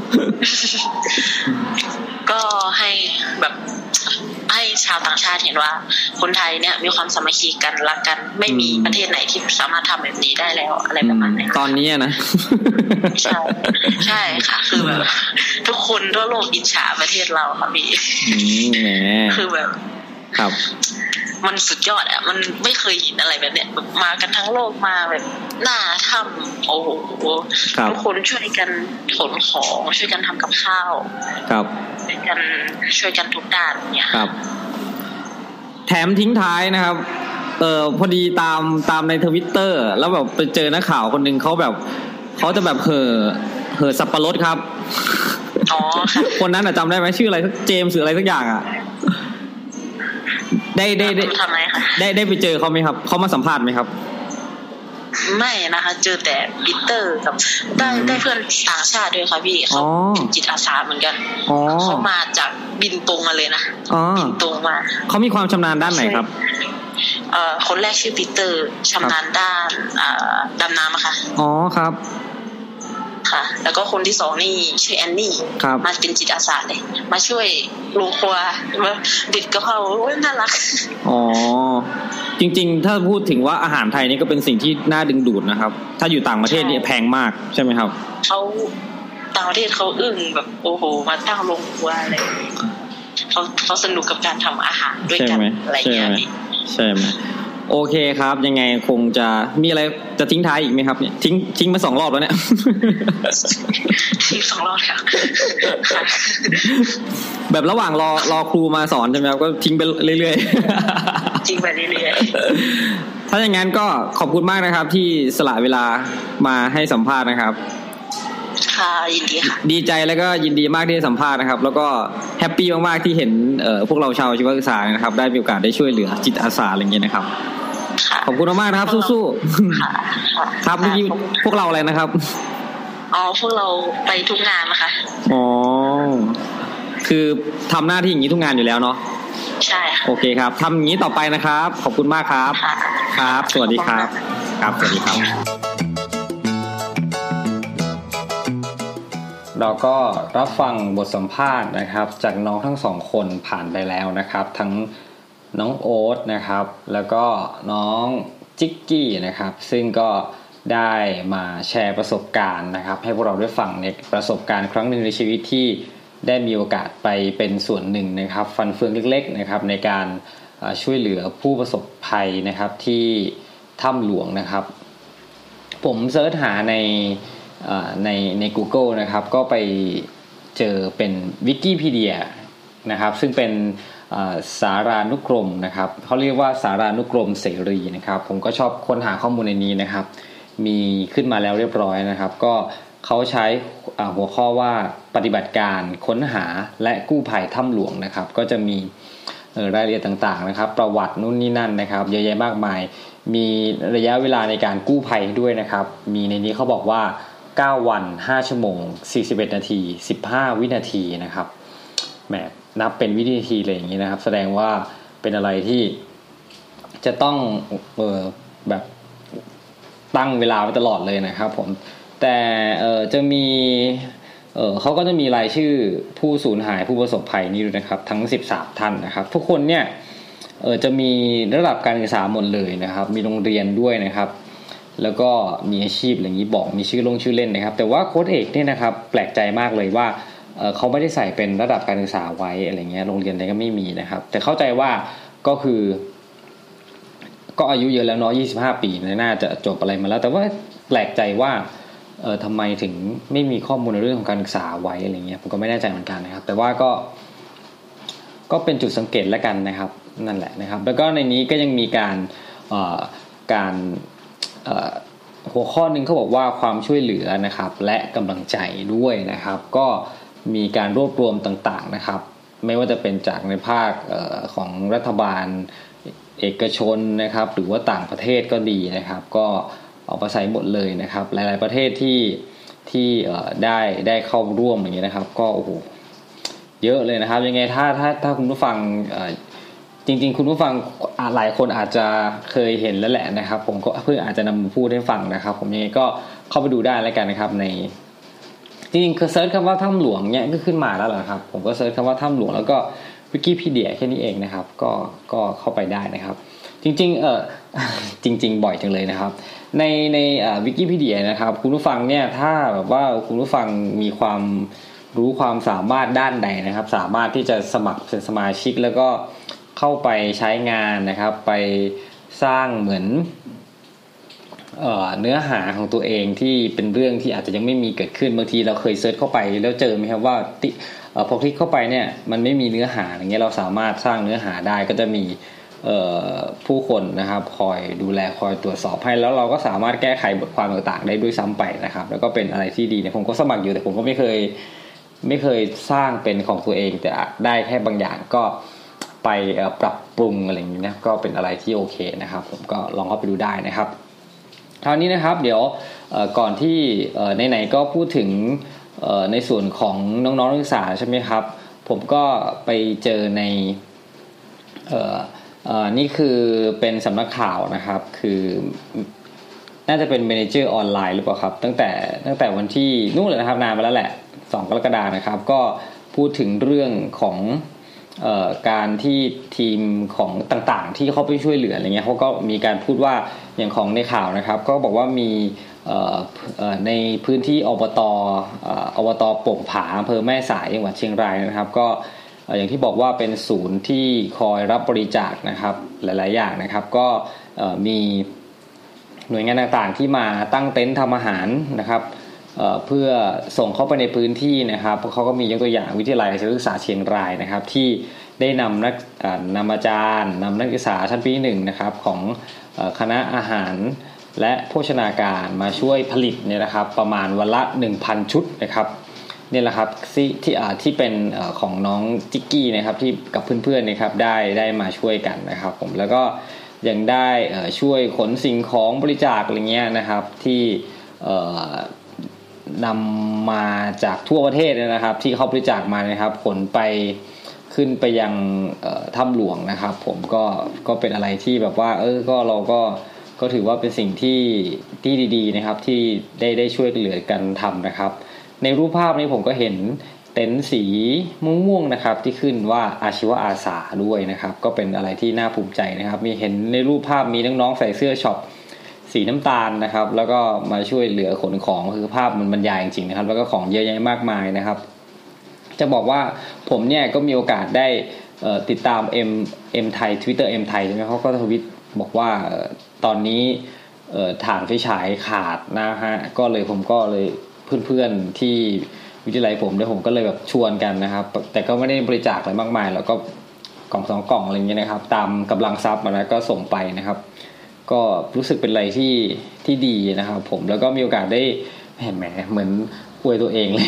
ก็ให้แบบให้ชาวต่างชาติเห็นว่าคนไทยเนี่ยมีความสามัคคีกันรักกันไม่มีประเทศไหนที่สามารถทำแบบนี้ได้แล้วอะไรประมาณนี้ตอนนี้นะใช่ค่ะคือแบบทุกคนทั่วโลกอิจฉาประเทศเราค่ะพี่คือแบบครับมันสุดยอดมันไม่เคยเห็นอะไรแบบเนี้ยมากันทั้งโลกมาแบบหน้าถ้ำโอ้โหทุกคนช่วยกันขนของช่วยกันทำกับข้าวครับช่วยกันทุกด้านเนี่ยครับแถมทิ้งท้ายนะครับพอดีตามใน Twitter แล้วแบบไปเจอนักข่าวคนนึงเขาจะแบบเห่อสับปะรดครับอ๋อคนนั้นจำได้ไหมชื่ออะไรเจมส์หรืออะไรสักอย่างได้ทำไมคะได้ไปเจอเขาไหมครับเขามาสัมภาษณ์ไหมครับไม่นะคะเจอแต่ปีเตอร์กับได้เพื่อนต่างชาติด้วยค่ะพี่เขาเป็นจิตอาสาเหมือนกันเขามาจากบินตรงมาเลยนะบินตรงมาเขามีความชำนาญด้านไหนครับคนแรกชื่อปีเตอร์ชำนาญด้านดำน้ำค่ะอ๋อครับค่ะแล้วก็คนที่สองนี่ชื่อแอนนี่มาเป็นจิตอาสาเลยมาช่วยลงครัวมาดิดกะเพราน่ารักอ๋อจริงๆถ้าพูดถึงว่าอาหารไทยนี่ก็เป็นสิ่งที่น่าดึงดูดนะครับถ้าอยู่ต่างประเทศนี่แพงมากใช่ไหมครับต่างประเทศเขาอึ้งแบบโอ้โหมาตั้งลงครัวอะไรเขาสนุกกับการทำอาหารด้วยกันอะไรอย่างเงี้ยใช่ไหมโอเคครับยังไงคงจะมีอะไรจะทิ้งท้ายอีกไหมครับเนี่ยทิ้งมา2 รอบแล้วเนี่ยทิ้ง2 รอบแล้วแบบระหว่างรอครูมาสอนใช่ไหมครับก็ทิ้งไปเรื่อยๆทิ้งไปเรื่อยๆถ้าอย่างนั้นก็ขอบคุณมากนะครับที่สละเวลามาให้สัมภาษณ์นะครับค่ะยินดีค่ะดีใจแล้วก็ยินดีมากที่ได้สัมภาษณ์นะครับแล้วก็แฮปปี้มากๆที่เห็นพวกเราชาวชีวศึกษานะครับได้มีโอกาสได้ช่วยเหลือจิตอาสาอะไรอย่างเงี้ยนะครับขอบคุณมากนะครับสู้ๆครับเมื่อกี้พวกเราอะไรนะครับพวกเราไปทุกงานนะคะคือทำหน้าที่อย่างนี้ทุกงานอยู่แล้วเนาะใช่ค่ะโอเคครับทำอย่างนี้ต่อไปนะครับขอบคุณมากครับครับสวัสดีครับครับสวัสดีครับเราก็รับฟังบทสัมภาษณ์นะครับจากน้องทั้ง2 คนผ่านไปแล้วนะครับทั้งน้องโอ๊ตนะครับแล้วก็น้องจิ๊กกี้นะครับซึ่งก็ได้มาแชร์ประสบการณ์นะครับให้พวกเราได้ฟังในประสบการณ์ครั้งหนึ่งในชีวิตที่ได้มีโอกาสไปเป็นส่วนหนึ่งนะครับฟันเฟืองเล็กๆนะครับในการช่วยเหลือผู้ประสบภัยนะครับที่ถ้ำหลวงนะครับผมเสิร์ชหาใน Google นะครับก็ไปเจอเป็น Wikipedia นะครับซึ่งเป็นสารานุกรมนะครับเขาเรียกว่าสารานุกรมเสรีนะครับผมก็ชอบค้นหาข้อมูลในนี้นะครับมีขึ้นมาแล้วเรียบร้อยนะครับก็เขาใช้หัวข้อว่าปฏิบัติการค้นหาและกู้ภัยถ้ำหลวงนะครับก็จะมีรายละเอียดต่างๆนะครับประวัตินู่นนี่นั่นนะครับเยอะแยะมากมายมีระยะเวลาในการกู้ภัยด้วยนะครับมีในนี้เขาบอกว่า9วัน5ชั่วโมง41นาที15วินาทีนะครับแหมนับเป็นวินาทีเลยอย่างนี้นะครับแสดงว่าเป็นอะไรที่จะต้องแบบตั้งเวลาไว้ตลอดเลยนะครับผมแต่จะมีเขาก็จะมีรายชื่อผู้สูญหายผู้ประสบภัยนี่ด้วยนะครับทั้ง13ท่านนะครับทุกคนเนี่ยจะมีระดับการศึกษาหมดเลยนะครับมีโรงเรียนด้วยนะครับแล้วก็มีอาชีพอย่างนี้บอกมีชื่อเล่นนะครับแต่ว่าโค้ชเอกเนี่ยนะครับแปลกใจมากเลยว่าเขาไม่ได้ใส่เป็นระดับการศึกษาไว้อะไรเงี้ยโรงเรียนอะไรก็ไม่มีนะครับแต่เข้าใจว่าก็คือก็อายุเยอะแล้วเนาะ25ปีน่าจะจบอะไรมาแล้วแต่ว่าแปลกใจว่าทำไมถึงไม่มีข้อมูลในเรื่องของการศึกษาไว้อะไรเงี้ยผมก็ไม่แน่ใจเหมือนกันนะครับแต่ว่าก็เป็นจุดสังเกตแล้วกันนะครับนั่นแหละนะครับแล้วก็ในนี้ก็ยังมีการหัวข้อนึงเขาบอกว่าความช่วยเหลือนะครับและกำลังใจด้วยนะครับก็มีการรวบรวมต่างๆนะครับไม่ว่าจะเป็นจากในภาคของรัฐบาลเอกชนนะครับหรือว่าต่างประเทศก็ดีนะครับก็เอามาใช้หมดเลยนะครับหลายๆประเทศที่ได้เข้าร่วมอย่างนี้นะครับก็โอ้โหเยอะเลยนะครับยังไงถ้าคุณผู้ฟังจริงๆคุณผู้ฟังหลายคนอาจจะเคยเห็นแล้วแหละนะครับผมก็เพื่ออาจจะนำมาพูดให้ฟังนะครับผมยังไงก็เข้าไปดูได้แล้วกันนะครับในจริงๆคือเซิร์ชคำว่าถ้ำหลวงเนี่ยก็ขึ้นมาแล้วนะครับผมก็เซิร์ชคำว่าถ้ำหลวงแล้วก็วิกิพีเดียแค่นี้เองนะครับก็เข้าไปได้นะครับจริงๆจริงๆบ่อยจังเลยนะครับในวิกิพีเดียนะครับคุณผู้ฟังเนี่ยถ้าแบบว่าคุณผู้ฟังมีความรู้ความสามารถด้านใดนะครับสามารถที่จะสมัครเป็นสมาชิกแล้วก็เข้าไปใช้งานนะครับไปสร้างเหมือนเนื้อหาของตัวเองที่เป็นเรื่องที่อาจจะยังไม่มีเกิดขึ้นบางทีเราเคยเซิร์ชเข้าไปแล้วเจอไหมครับว่าพอคลิกเข้าไปเนี่ยมันไม่มีเนื้อหาอย่างเงี้ยเราสามารถสร้างเนื้อหาได้ก็จะมีผู้คนนะครับคอยดูแลคอยตรวจสอบให้แล้วเราก็สามารถแก้ไขบทความต่างๆได้ด้วยซ้ำไปนะครับแล้วก็เป็นอะไรที่ดีเนี่ยผมก็สมัครอยู่แต่ผมก็ไม่เคยสร้างเป็นของตัวเองแต่ได้แค่บางอย่างก็ไปปรับปรุงอะไรอย่างนี้นะก็เป็นอะไรที่โอเคนะครับผมก็ลองเข้าไปดูได้นะครับคราวนี้นะครับเดี๋ยวก่อนที่ไหนๆก็พูดถึงในส่วนของน้องๆนักศึกษาใช่ไหมครับผมก็ไปเจอในนี่คือเป็นสำนักข่าวนะครับคือน่าจะเป็น Manager ออนไลน์หรือเปล่าครับตั้งแต่วันที่นู่นเลยนะครับนานมาแล้วแหละ2กรกฎาคมนะครับก็พูดถึงเรื่องของการที่ทีมของต่างๆที่เขาไปช่วยเหลืออะไรเงี้ยเขาก็มีการพูดว่าอย่างของในข่าวนะครับก็บอกว่ามีในพื้นที่อบต.โป่งผาอำเภอแม่สายจังหวัดเชียงรายนะครับก็อย่างที่บอกว่าเป็นศูนย์ที่คอยรับบริจาคนะครับหลายๆอย่างนะครับก็มีหน่วยงานต่างๆที่มาตั้งเต็นท์ทำอาหารนะครับเพื่อส่งเข้าไปในพื้นที่นะครับเขาก็มียกตัวอย่างวิทยาลัยศึกษาเชียงรายนะครับที่ได้นำอาจารย์นำนักศึกษาชั้นปี1นะครับของคณะอาหารและโภชนาการมาช่วยผลิตเนี่ยนะครับประมาณวันละ 1,000 ชุดนะครับนี่แหละครับที่เป็นของน้องจิกกี้นะครับที่กับเพื่อนๆนะครับได้มาช่วยกันนะครับผมแล้วก็ยังได้ช่วยขนสิ่งของบริจาคอะไรเงี้ยนะครับที่นำมาจากทั่วประเทศนะครับที่เขาบริจาคมานะครับขนไปขึ้นไปยังถ้ำหลวงนะครับผมก็เป็นอะไรที่แบบว่าก็เราก็ถือว่าเป็นสิ่งที่ดีๆนะครับที่ได้ช่วยเหลือกันทำนะครับในรูปภาพนี้ผมก็เห็นเต็นท์สีม่วงๆนะครับที่ขึ้นว่าอาชีวะอาสาด้วยนะครับก็เป็นอะไรที่น่าภูมิใจนะครับมีเห็นในรูปภาพมีน้องๆใส่เสื้อช็อปสีน้ำตาลนะครับแล้วก็มาช่วยเหลือขนของคือภาพมันบรรยายจริงๆนะครับแล้วก็ของเยอะแยะมากมายนะครับจะบอกว่าผมเนี่ยก็มีโอกาสได้ติดตาม M ไทย Twitter M ไทยใช่ไหมเขาก็ทวิตบอกว่าตอนนี้ถ่านไฟฉายขาดนะฮะผมก็เลยเพื่อนๆที่วิทยาลัยผมก็เลยแบบชวนกันนะครับแต่ก็ไม่ได้บริจาคอะไรมากมายแล้วก็กล่อง2กล่องอะไรเงี้ยนะครับตามกำลังทรัพย์มาแล้วก็ส่งไปนะครับก็รู้สึกเป็นอะไรที่ดีนะครับผมแล้วก็มีโอกาสได้เห็นไหมเหมือนอวยตัวเองเลย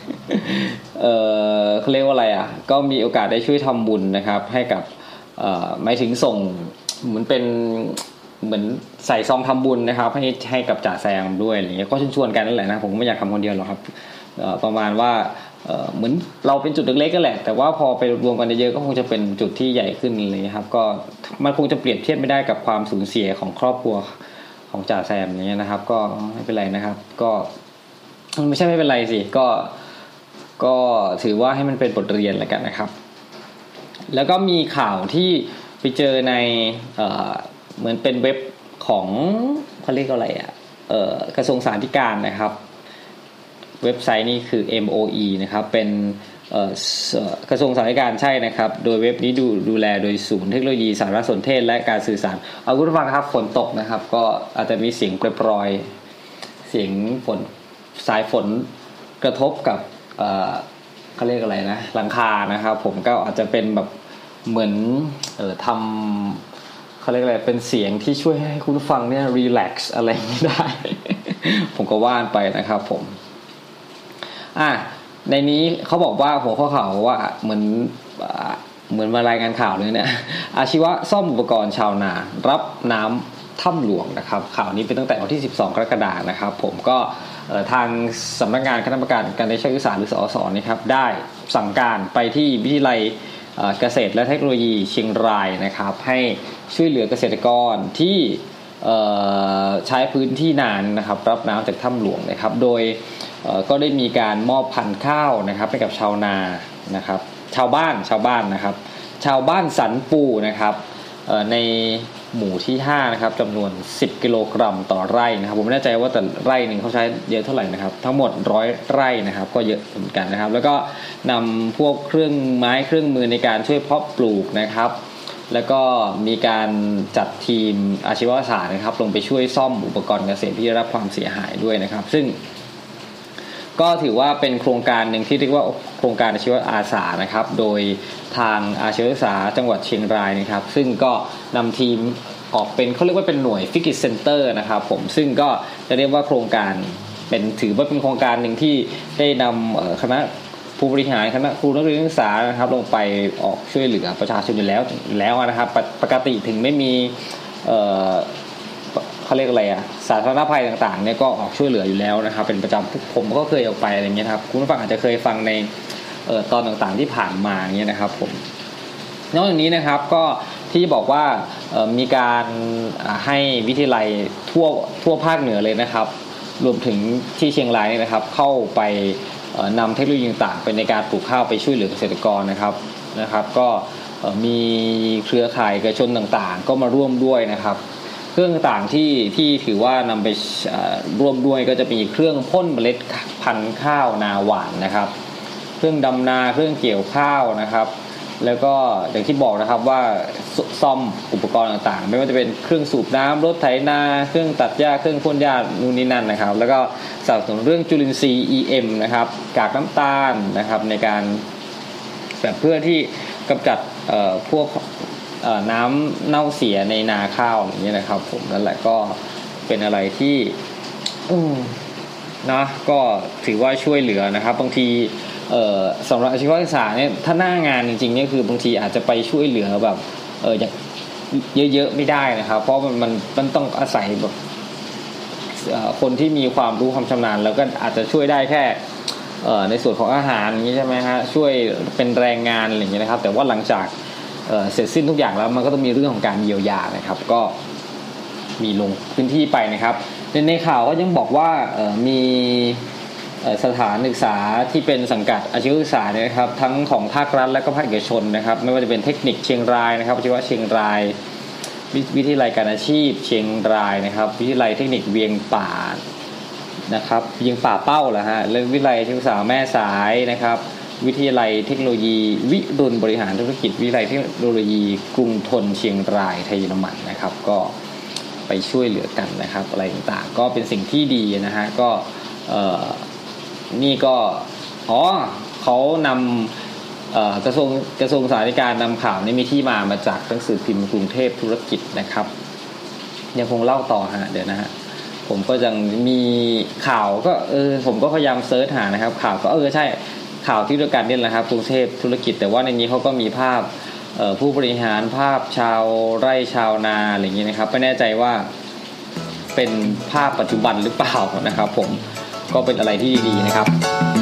เขาเรียกว่าอะไรอ่ะก็มีโอกาสได้ช่วยทำบุญนะครับให้กับหมายถึงส่งเหมือนเป็นเหมือนใส่ซองทำบุญนะครับให้กับจ่าแซมด้วยอะไรเงี้ยก็ชวนกันนั่นแหละนะผมก็ไม่อยากทำคนเดียวหรอกครับประมาณว่าเหมือนเราเป็นจุดเล็กๆก็แหละแต่ว่าพอไปรวมกันเยอะๆก็คงจะเป็นจุดที่ใหญ่ขึ้นเลยครับก็มันคงจะเปรียบเทียบไม่ได้กับความสูญเสียของครอบครัวของจ่าแซมอย่างเงี้ยนะครับก็ไม่เป็นไรนะครับก็ไม่ใช่ไม่เป็นไรสิก็ถือว่าให้มันเป็นบทเรียนแล้วกันนะครับแล้วก็มีข่าวที่ไปเจอในเหมือนเป็นเว็บของเขาเรียกอะไรอ่ะกระทรวงสาธารณสุขนะครับเว็บไซต์นี้คือ MOE นะครับเป็นกระทรวงสาธารณสุขใช่นะครับโดยเว็บนี้ดูแลโดยศูนย์เทคโนโลยีสารสนเทศและการสื่อสารเอาคุณผู้ฟังครับฝนตกนะครับก็อาจจะมีเสียงปรอยๆเสียงฝนสายฝนกระทบกับเขาเรียกอะไรนะหลังคานะครับผมก็อาจจะเป็นแบบเหมือนทำเขาเรียกอะไรเป็นเสียงที่ช่วยให้คุณผู้ฟังเนี่ยรีแลกซ์อะไรไม่ได้ ผมก็ว่านไปนะครับผมในนี้เขาบอกว่าหัวข้อข่าวว่าเหมือนมารายงานข่าวเลยเนี่ยอาชีวะซ่อมอุปกรณ์ชาวนารับน้ำถ้ำหลวงนะครับข่าวนี้เป็นตั้งแต่วันที่12กรกฎาคมนะครับผมก็ทางสำนักงานคณะกรรมการการได้ใช้ศึกษาหรือสอสนะครับได้สั่งการไปที่วิทยาลัยเกษตรและเทคโนโลยีเชียงรายนะครับให้ช่วยเหลือเกษตรกรที่ใช้พื้นที่นานนะครับรับน้ำจากถ้ำหลวงนะครับโดยก็ได้มีการมอบพันธุ์ข้าวนะครับให้กับชาวนานะครับชาวบ้านนะครับชาวบ้านสันปูนะครับในหมู่ที่5นะครับจำนวน10กิโลกรัมต่อไร่นะครับผมไม่แน่ใจว่าแต่ไร่หนึ่งเขาใช้เยอะเท่าไหร่นะครับทั้งหมด100ไร่นะครับก็เยอะเหมือนกันนะครับแล้วก็นำพวกเครื่องไม้เครื่องมือในการช่วยเพาะปลูกนะครับแล้วก็มีการจัดทีมอาชีวศาสตร์นะครับลงไปช่วยซ่อมอุปกรณ์เกษตรที่ได้รับความเสียหายด้วยนะครับซึ่งก็ถือว่าเป็นโครงการหนึ่งที่เรียกว่าโครงการอาชีวอาสานะครับโดยทางอาชีวศึกษาจังหวัดเชียงรายนะครับซึ่งก็นำทีมออกเป็นเขาเรียกว่าเป็นหน่วยฟิกิตเซ็นเตอร์นะครับผมซึ่งก็จะเรียกว่าโครงการถือว่าเป็นโครงการหนึ่งที่ได้นำคณะผู้บริหารคณะครูนักเรียนนักศึกษานะครับลงไปออกช่วยเหลือประชาชนอยู่แล้วนะครับปกติถึงไม่มีเขาเรียกอะไรสาธารณภัยต่างๆเนี่ยก็ออกช่วยเหลืออยู่แล้วนะครับเป็นประจำผมก็เคยออกไปอะไรเงี้ยครับคุณผู้ฟังอาจจะเคยฟังในตอนต่างๆที่ผ่านมาเงี้ยนะครับผมนอกจากนี้นะครับก็ที่บอกว่ามีการให้วิทยาลัยทั่วภาคเหนือเลยนะครับรวมถึงที่เชียงรายนี่นะครับเข้าไปนำเทคโนโลยีต่างๆไปในการปลูกข้าวไปช่วยเหลือเกษตรกรนะครับก็มีเครือข่ายเอกชนต่างๆก็มาร่วมด้วยนะครับเครื่องต่างที่ถือว่านำไปร่วมด้วยก็จะมีเครื่องพ่นเมล็ดพันธุ์ข้าวนาหวานนะครับเครื่องดำนาเครื่องเกี่ยวข้าวนะครับแล้วก็อย่างที่บอกนะครับว่าซ่อมอุปกรณ์ต่างๆไม่ว่าจะเป็นเครื่องสูบน้ำรถไถนาเครื่องตัดหญ้าเครื่องพ่นหญ้านู่นนี่นั่นนะครับแล้วก็สนับสนุนเรื่องจุลินทรีย์ EM นะครับกากน้ำตาลนะครับในการแบบเพื่อที่กำจัดพวกน้ำเน่าเสียในนาข้าวอย่างเงี้ยนะครับผมนั่นแหละก็เป็นอะไรที่นะก็ถือว่าช่วยเหลือนะครับบางทีสำหรับอาชีวศึกษาเนี่ยถ้าหน้างานจริงๆเนี่ยคือบางทีอาจจะไปช่วยเหลือแบบอย่างเยอะๆไม่ได้นะครับเพราะมันต้องอาศัยแบบคนที่มีความรู้ความชำนาญแล้วก็อาจจะช่วยได้แค่ในส่วนของอาหารอย่างนี้ใช่ไหมฮะช่วยเป็นแรงงานอะไรอย่างเงี้ยนะครับแต่ว่าหลังจากเสร็จสิ้นทุกอย่างแล้วมันก็ต้องมีเรื่องของการเยียวยานะครับก็มีลงพื้นที่ไปนะครับในข่าวก็ยังบอกว่ามีสถานศึกษาที่เป็นสังกัดอาชีวศึกษาเนี่ยนะครับทั้งของภาครัฐและก็ภาคเอกชนนะครับไม่ว่าจะเป็นเทคนิคเชียงรายนะครับอาชีวะเชียงรายวิทยาลัยการอาชีพเชียงรายนะครับวิทยาลัยเทคนิคเวียงป่านะครับเวียงป่าเป้าเหรอฮะและวิทยาลัยอาชีวศึกษาแม่สายนะครับวิทยาลัยเทคโนโลยีวิรุณบริหารธุรกิจวิทยาลัยเทคโนโลยีกรุงธนเชียงรายไทยเยอรมันนะครับก็ไปช่วยเหลือกันนะครับอะไรต่างๆก็เป็นสิ่งที่ดีนะฮะก็นี่ก็เขานำกระทรวงสาธารณสุขนำข่าวนี้มีที่มาจากหนังสือพิมพ์กรุงเทพธุรกิจนะครับยังคงเล่าต่อฮะเดี๋ยวนะฮะผมก็ยังมีข่าวก็ผมก็พยายามเซิร์ชหานะครับข่าวก็ใช่ข่าวที่ด้วยกันนี่แหละครับกรุงเทพธุรกิจแต่ว่าในนี้เขาก็มีภาพผู้บริหารภาพชาวไร่ชาวนาอะไรอย่างเงี้ยนะครับไม่แน่ใจว่าเป็นภาพปัจจุบันหรือเปล่านะครับผมก็เป็นอะไรที่ดีๆนะครับ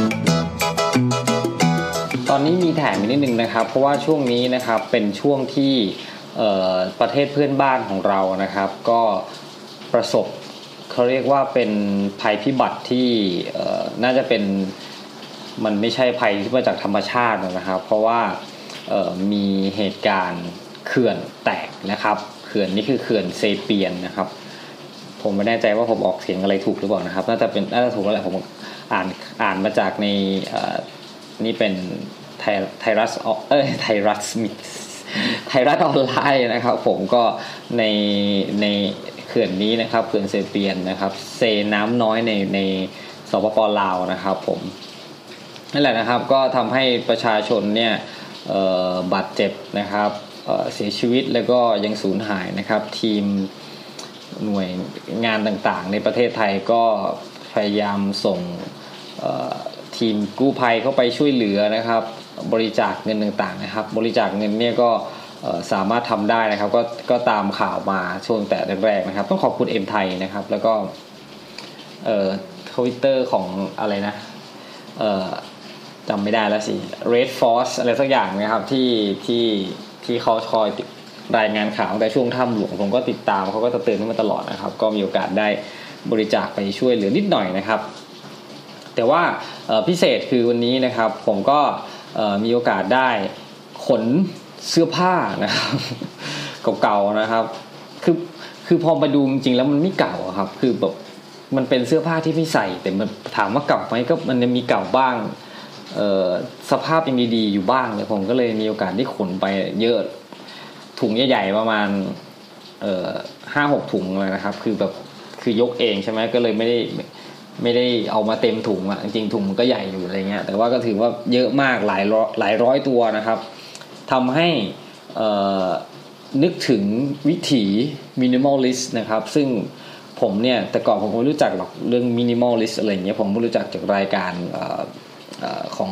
ตอนนี้มีแถมอีกนิดนึงนะครับเพราะว่าช่วงนี้นะครับเป็นช่วงที่ประเทศเพื่อนบ้านของเรานะครับก็ประสบเขาเรียกว่าเป็นภัยพิบัติที่น่าจะเป็นมันไม่ใช่ภัยที่มาจากธรรมชาตินะครับเพราะว่ามีเหตุการณ์เขื่อนแตกนะครับเขื่อนนี่คือเขื่อนเซเปียนนะครับผมไม่แน่ใจว่าผมออกเสียงอะไรถูกหรือเปล่านะครับน่าจะถูกแล้วแหละผมอ่านมาจากในนี่เป็นไทยรัฐออนไลน์นะครับผมก็ในเขื่อนนี้นะครับเขื่อนเซเปียนนะครับเซน้ำน้อยในสปป.ลาวนะครับผมนั่นแหละนะครับก็ทำให้ประชาชนเนี่ยบาดเจ็บนะครับเสียชีวิตแล้วก็ยังสูญหายนะครับทีมหน่วยงานต่างๆในประเทศไทยก็พยายามส่งทีมกู้ภัยเข้าไปช่วยเหลือนะครับบริจาคเงินต่างๆนะครับบริจาคเงินเนี่ยก็สามารถทำได้นะครับก็ตามข่าวมาช่วงแต่แรกๆนะครับต้องขอบคุณเอ็มไทยนะครับแล้วก็Twitter ของอะไรนะจำไม่ได้แล้วสิ Red Force อะไรสักอย่างนะครับที่เขาคอยรายงานข่าวแต่ช่วงถ้ำหลวงผมก็ติดตามเขาก็จะเตือนขึ้นมาตลอดนะครับก็มีโอกาสได้บริจาคไปช่วยเหลือนิดหน่อยนะครับแต่ว่าพิเศษคือวันนี้นะครับผมก็มีโอกาสได้ขนเสื้อผ้านะครับเก่าๆนะครับคือพอมาดูจริงๆแล้วมันไม่เก่าครับคือแบบมันเป็นเสื้อผ้าที่ไม่ใส่แต่มันถามว่าเก่าไหมก็มันยังมีเก่าบ้างสภาพยังดีๆอยู่บ้างเลยผมก็เลยมีโอกาสได้ขนไปเยอะถุงใหญ่ๆประมาณ5-6 ถุงเลยนะครับคือยกเองใช่ไหมก็เลยไม่ได้เอามาเต็มถุงอ่ะจริงๆถุงมันก็ใหญ่อยู่อะไรเงี้ยแต่ว่าก็ถือว่าเยอะมากหลายร้อยตัวนะครับทำให้นึกถึงวิถีมินิมอลลิสต์นะครับซึ่งผมเนี่ยแต่ก่อนผมไม่รู้จักหรอกเรื่องมินิมอลลิสต์อะไรเงี้ยผมไม่รู้จักจากรายการของ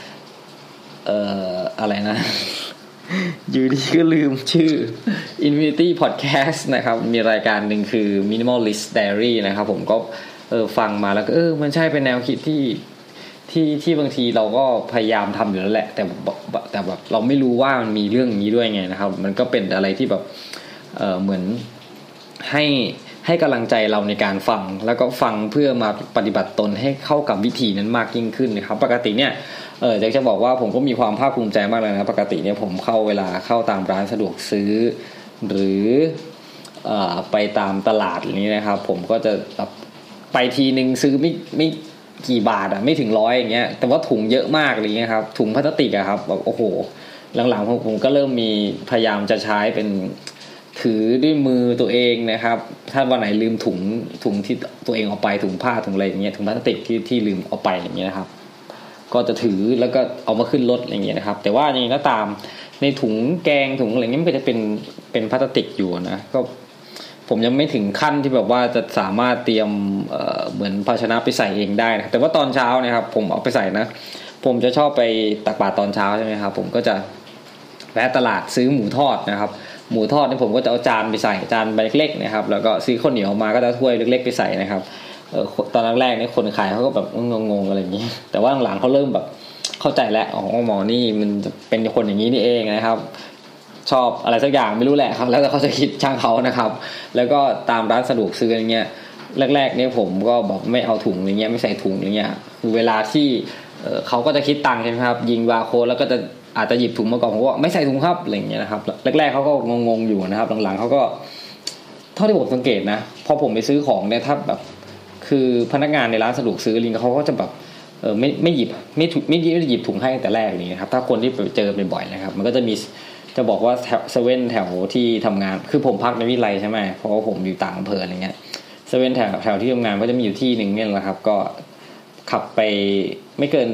อะไรนะอยู่ดีก็ลืมชื่อ Infinity Podcast นะครับมีรายการหนึ่งคือ Minimalist Diary นะครับผมก็ฟังมาแล้วก็มันใช่เป็นแนวคิดที่บางทีเราก็พยายามทำอยู่แล้วแหละแต่แบบเราไม่รู้ว่ามันมีเรื่องนี้ด้วยไงนะครับมันก็เป็นอะไรที่แบบเหมือนให้กำลังใจเราในการฟังแล้วก็ฟังเพื่อมาปฏิบัติตนให้เข้ากับวิธีนั้นมากยิ่งขึ้นนะครับปกติเนี่ยอยากจะบอกว่าผมก็มีความภาคภูมิใจมากเลยนะปกติเนี่ยผมเวลาเข้าตามร้านสะดวกซื้อหรือไปตามตลาดนี้นะครับผมก็จะไปทีนึงซื้อไม่กี่บาทไม่ถึง100อย่างเงี้ยแต่ว่าถุงเยอะมากอะไรเงี้ยครับถุงพลาสติกอะครับแบบโอ้โหหลังๆผมก็เริ่มมีพยายามจะใช้เป็นถือด้วยมือตัวเองนะครับถ้าวันไหนลืมถุงที่ตัวเองเอาไปถุงผ้าถุงอะไรอย่างเงี้ยถุงพลาสติกที่ลืมเอาไปอย่างเงี้ยนะครับก็จะถือแล้วก็เอามาขึ้นรถอย่างเงี้ยนะครับแต่ว่ายังไงก็ตามในถุงแกงถุงอะไรเงี้ยมันก็จะเป็นพลาสติกอยู่นะก็ผมยังไม่ถึงขั้นที่แบบว่าจะสามารถเตรียมเหมือนภาชนะไปใส่เองได้นะแต่ว่าตอนเช้านะครับผมเอาไปใส่นะผมจะชอบไปตักบาตรตอนเช้าใช่ไหมครับผมก็จะแวะตลาดซื้อหมูทอดนะครับหมูทอดนี่ผมก็จะเอาจานไปใส่จานใบเล็กๆนะครับแล้วก็ซื้อข้าวเหนียวมาก็จะถ้วยเล็กๆไปใส่นะครับตอนแรกๆนี่คนขายเขาก็แบบงงๆอะไรอย่างนี้แต่ว่าหลังๆเขาเริ่มแบบเข้าใจแล้วอ๋อหมอนี่มันจะเป็นคนอย่างนี้นี่เองนะครับชอบอะไรสักอย่างไม่รู้แหละครับแล้วแต่เขาจะคิดช่างเขานะครับแล้วก็ตามร้านสะดวกซื้ออย่างเงี้ยแรกๆนี่ผมก็บอกไม่เอาถุงอย่างเงี้ยไม่ใส่ถุงอย่างเงี้ยคือเวลาที่เขาก็จะคิดตังค์ใช่ไหมครับยิงบาร์โค้ดแล้วก็จะอาจจะหยิบถุงมาก่อนผมว่าไม่ใส่ถุงครับอะไรอย่างเงี้ยนะครับแรกๆเขาก็งงๆอยู่นะครับหลังๆเขาก็เท่าที่ผมสังเกตนะพอผมไปซื้อของเนี่ยถ้าแบบคือพนักงานในร้านสะดวกซื้อลิงเขาก็จะแบบไม่หยิบไม่หยิบถุงให้แต่แรกอย่างเงี้ยครับถ้าคนที่ไปเจอบ่อยๆนะครับมันก็จะมีจะบอกว่าเซเว่นแถวที่ทำงานคือผมพักในวิไลใช่ไหมเพราะว่าผมอยู่ต่างอำเภออะไรเงี้ยเซเว่นแถวที่ทำงานก็จะมีอยู่ที่นึงเนี่ยแหละครับก็ขับไปไม่เกิน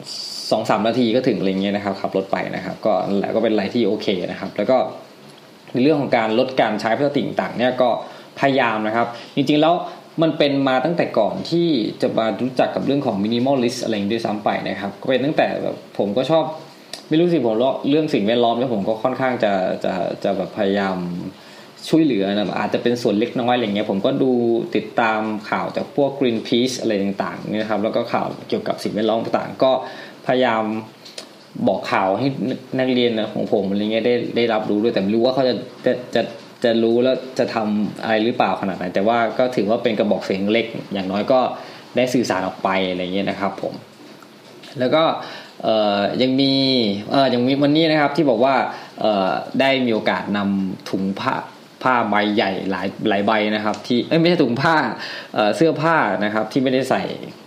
2-3 นาทีก็ถึงอะไรเงี้ยนะครับขับรถไปนะครับก็แล้วก็เป็นอะไรที่โอเคนะครับแล้วก็ในเรื่องของการลดการใช้พลาสติกต่างๆเนี่ยก็พยายามนะครับจริงๆแล้วมันเป็นมาตั้งแต่ก่อนที่จะมารู้จักกับเรื่องของมินิมอลลิสต์อะไรอย่างนี้ด้วยซ้ำไปนะครับก็เป็นตั้งแต่แบบผมก็ชอบไม่รู้สิผมเรื่องสิ่งแวดล้อมแล้วผมก็ค่อนข้างจะแบบพยายามช่วยเหลือนะอาจจะเป็นส่วนเล็กน้อยอะไรเงี้ยผมก็ดูติดตามข่าวจากพวก Greenpeace อะไรต่างๆนี่นะครับแล้วก็ข่าวเกี่ยวกับสิ่งแวดล้อมต่างๆก็พยายามบอกข่าวให้นักเรียนของผมอะไรเงี้ยได้รับรู้ด้วยแต่ไม่รู้ว่าเขาจะรู้แล้วจะทำอะไรหรือเปล่าขนาดไหนแต่ว่าก็ถือว่าเป็นกระบอกเสียงเล็กอย่างน้อยก็ได้สื่อสารออกไปอะไรเงี้ยนะครับผมแล้วก็ยังมีวันนี้นะครับที่บอกว่าได้มีโอกาสนำถุงผ้าใบใหญ่หลายใบนะครับที่ไม่ใช่ถุงผ้าเสื้อผ้านะครับที่ไม่ได้ใส่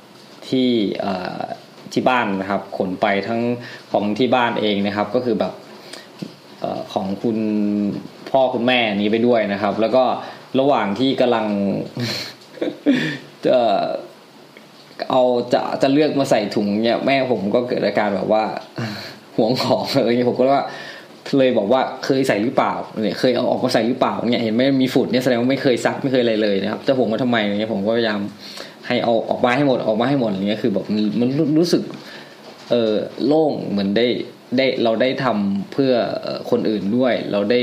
ที่บ้านนะครับขนไปทั้งของที่บ้านเองนะครับก็คือแบบของคุณพ่อคุณแม่นี้ไปด้วยนะครับแล้วก็ระหว่างที่กำลังจะเลือกมาใส่ถุงเนี่ยแม่ผมก็เกิดอาการแบบว่าหวงของเลยผมก็ว่าเลยบอกว่าเคยใส่หรือเปล่าเนี่ยเคยเอาออกมาใส่หรือเปล่าเนี่ยเห็นไหมมีฝุ่นเนี่ยแสดงว่าไม่เคยซักไม่เคยอะไรเลยนะครับจะห่วงมาทำไมเนี่ยผมก็พยายามให้เอาออกมาให้หมดอย่างเงี้ยคือแบบมันรู้สึกโล่งเหมือนได้เราได้ทำเพื่อคนอื่นด้วยเราได้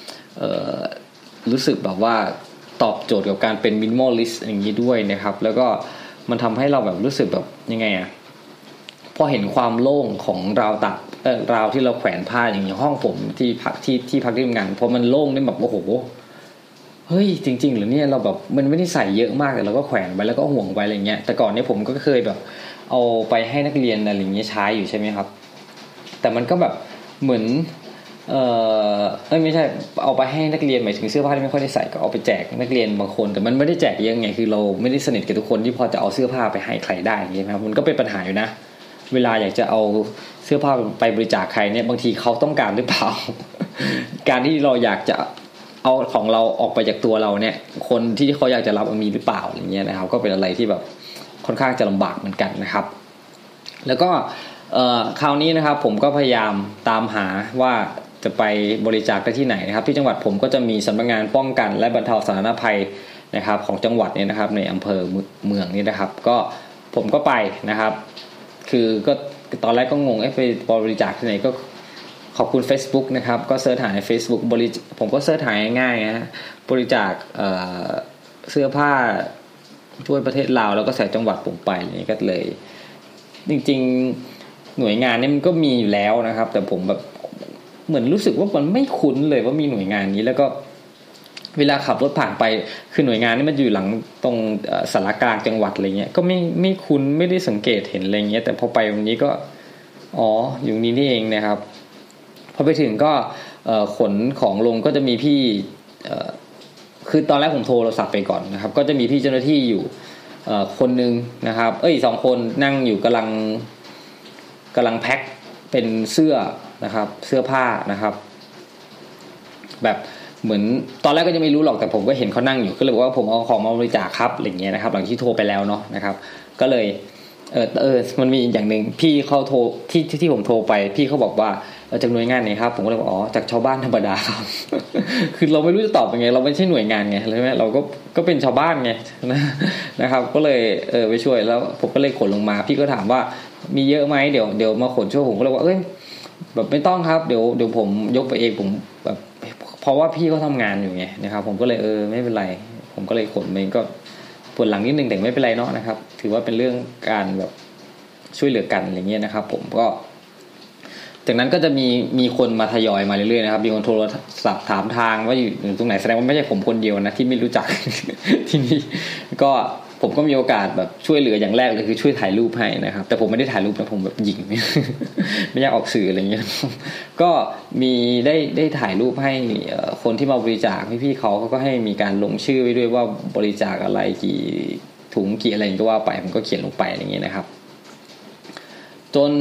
รู้สึกแบบว่าตอบโจทย์กับการเป็นมินิมอลลิสต์อย่างนี้ด้วยนะครับแล้วก็มันทำให้เราแบบรู้สึกแบบยังไงพอเห็นความโล่งของราวที่เราแขวนผ้าอย่างห้องผมที่พักที่พักที่ทำงานพอมันโล่งได้แบบโอ้โหเฮ้ยจริงๆหรือเนี่ยเราแบบมันไม่ได้ใส่เยอะมากแต่เราก็แขวนไว้แล้วก็ห่วงไว้อะไรเงี้ยแต่ก่อนนี้ผมก็เคยแบบเอาไปให้นักเรียนอะไรอย่างเงี้ยใช้อยู่ใช่ไหมครับแต่มันก็แบบเหมือนไม่ใช่เอาไปให้นักเรียนหมายถึงเสื้อผ้าที่ไม่ค่อยได้ใส่ก็เอาไปแจกนักเรียนบางคนแต่มันไม่ได้แจกเยอะไงคือเราไม่ได้สนิทกับทุกคนที่พอจะเอาเสื้อผ้าไปให้ใครได้อย่างเงี้ยครับมันก็เป็นปัญหาอยู่นะเวลาอยากจะเอาเสื้อผ้าไปบริจาคใครเนี่ยบางทีเขาต้องการหรือเปล่า การที่เราอยากจะเอาของเราออกไปจากตัวเราเนี่ยคนที่เขาอยากจะรับมีหรือเปล่าอย่างเงี้ยนะครับก็เป็นอะไรที่แบบค่อนข้างจะลำบากเหมือนกันนะครับแล้วก็คราวนี้นะครับผมก็พยายามตามหาว่าจะไปบริจาคได้ที่ไหนนะครับที่จังหวัดผมก็จะมีสำนักงานป้องกันและบรรเทาสาธารณภัยนะครับของจังหวัดเนี่ยนะครับในอำเภอเมืองนี่นะครับก็ผมก็ไปนะครับคือก็ตอนแรกก็งงไปบริจาคที่ไหนก็ขอบคุณ Facebook นะครับก็เสิร์ชหาใน Facebook ผมก็เสิร์ชหาง่ายๆนะบริจาคเสื้อผ้าช่วยประเทศลาวแล้วก็ใส่จังหวัดผมไปนี่ก็เลยจริงๆหน่วยงานนี้มันก็มีอยู่แล้วนะครับแต่ผมแบบเหมือนรู้สึกว่ามันไม่คุ้นเลยว่ามีหน่วยงานนี้แล้วก็เวลาขับรถผ่านไปคือหน่วยงานนี้มันอยู่หลังตรงสารกลางจังหวัดอะไรเงี้ยก็ไม่คุ้นไม่ได้สังเกตเห็นอะไรเงี้ยแต่พอไปวันนี้ก็อยู่นี้นี่เองนะครับพอไปถึงก็ขนของลงก็จะมีพี่คือตอนแรกผมโทรศัพท์ไปก่อนนะครับก็จะมีพี่เจ้าหน้าที่อยู่คนนึงนะครับ2คนนั่งอยู่กำลังแพ็คเป็นเสื้อนะครับเสื้อผ้านะครับแบบเหมือนตอนแรกก็ยังไม่รู้หรอกแต่ผมก็เห็นเขานั่งอยู่ก็เลยบอกว่าผมเอาของมาบริจาคครับอะไรเงี้ยนะครับหลังที่โทรไปแล้วเนาะนะครับก็เลยมันมีอย่างนึงพี่เขาโทรที่ผมโทรไปพี่เขาบอกว่าจากหน่วยงานไหนครับผมก็เลยบอกจากชาวบ้านธรรมดาครับ คือเราไม่รู้จะตอบยังไงเราไม่ใช่หน่วยงานไงใช่ไหมเราก็เป็นชาวบ้านไงนะครับก็เลยไปช่วยแล้วผมก็เลยขนลงมาพี่ก็ถามว่ามีเยอะไหมเดี๋ยวมาขนช่วยผมก็เลยว่าแบบไม่ต้องครับเดี๋ยวผมยกไปเองผมแบบเพราะว่าพี่เขาทำงานอยู่ไงนะครับผมก็เลยไม่เป็นไรผมก็เลยขนเองก็ปวดหลังนิดนึงแต่ไม่เป็นไรเนาะนะครับถือว่าเป็นเรื่องการแบบช่วยเหลือกันอะไรเงี้ยนะครับผมก็จากนั้นก็จะมีคนมาทยอยมาเรื่อยๆนะครับมีคนโทรศัพท์ถามทางว่าอยู่ตรงไหนแสดงว่าไม่ใช่ผมคนเดียวนะที่ไม่รู้จัก ที่นี่ก็ผมก็มีโอกาสแบบช่วยเหลืออย่างแรกเลยคือช่วยถ่ายรูปให้นะครับแต่ผมไม่ได้ถ่ายรูปนะผมแบบหยิ่ง ไม่อยากออกสื่ออะไรเงี้ยก็มีได้ถ่ายรูปให้คนที่มาบริจาคพี่เขาก็ให้มีการลงชื่อไว้ด้วยว่าบริจาคอะไรกี่ถุงกี่อะไรก็ว่าไปผมก็เขียนลงไปอย่างเงี้ยนะครับจน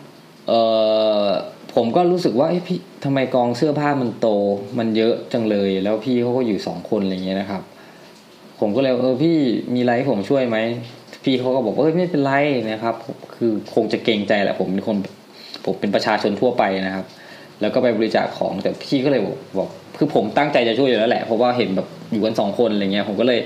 ผมก็รู้สึกว่าพี่ทำไมกองเสื้อผ้ามันโตมันเยอะจังเลยแล้วพี่เขาก็อยู่2คนอะไรเงี้ยนะครับผมก็เลยพี่มีอะไรให้ผมช่วยไหมพี่เขาก็บอกไม่เป็นไรนะครับคือคงจะเกรงใจแหละผมเป็นประชาชนทั่วไปนะครับแล้วก็ไปบริจาคของแต่พี่ก็เลยบอกคือผมตั้งใจจะช่วยอยู่แล้วแหละเพราะว่าเห็นแบบอยู่กัน2คนอะไรเงี้ยผมก็เลย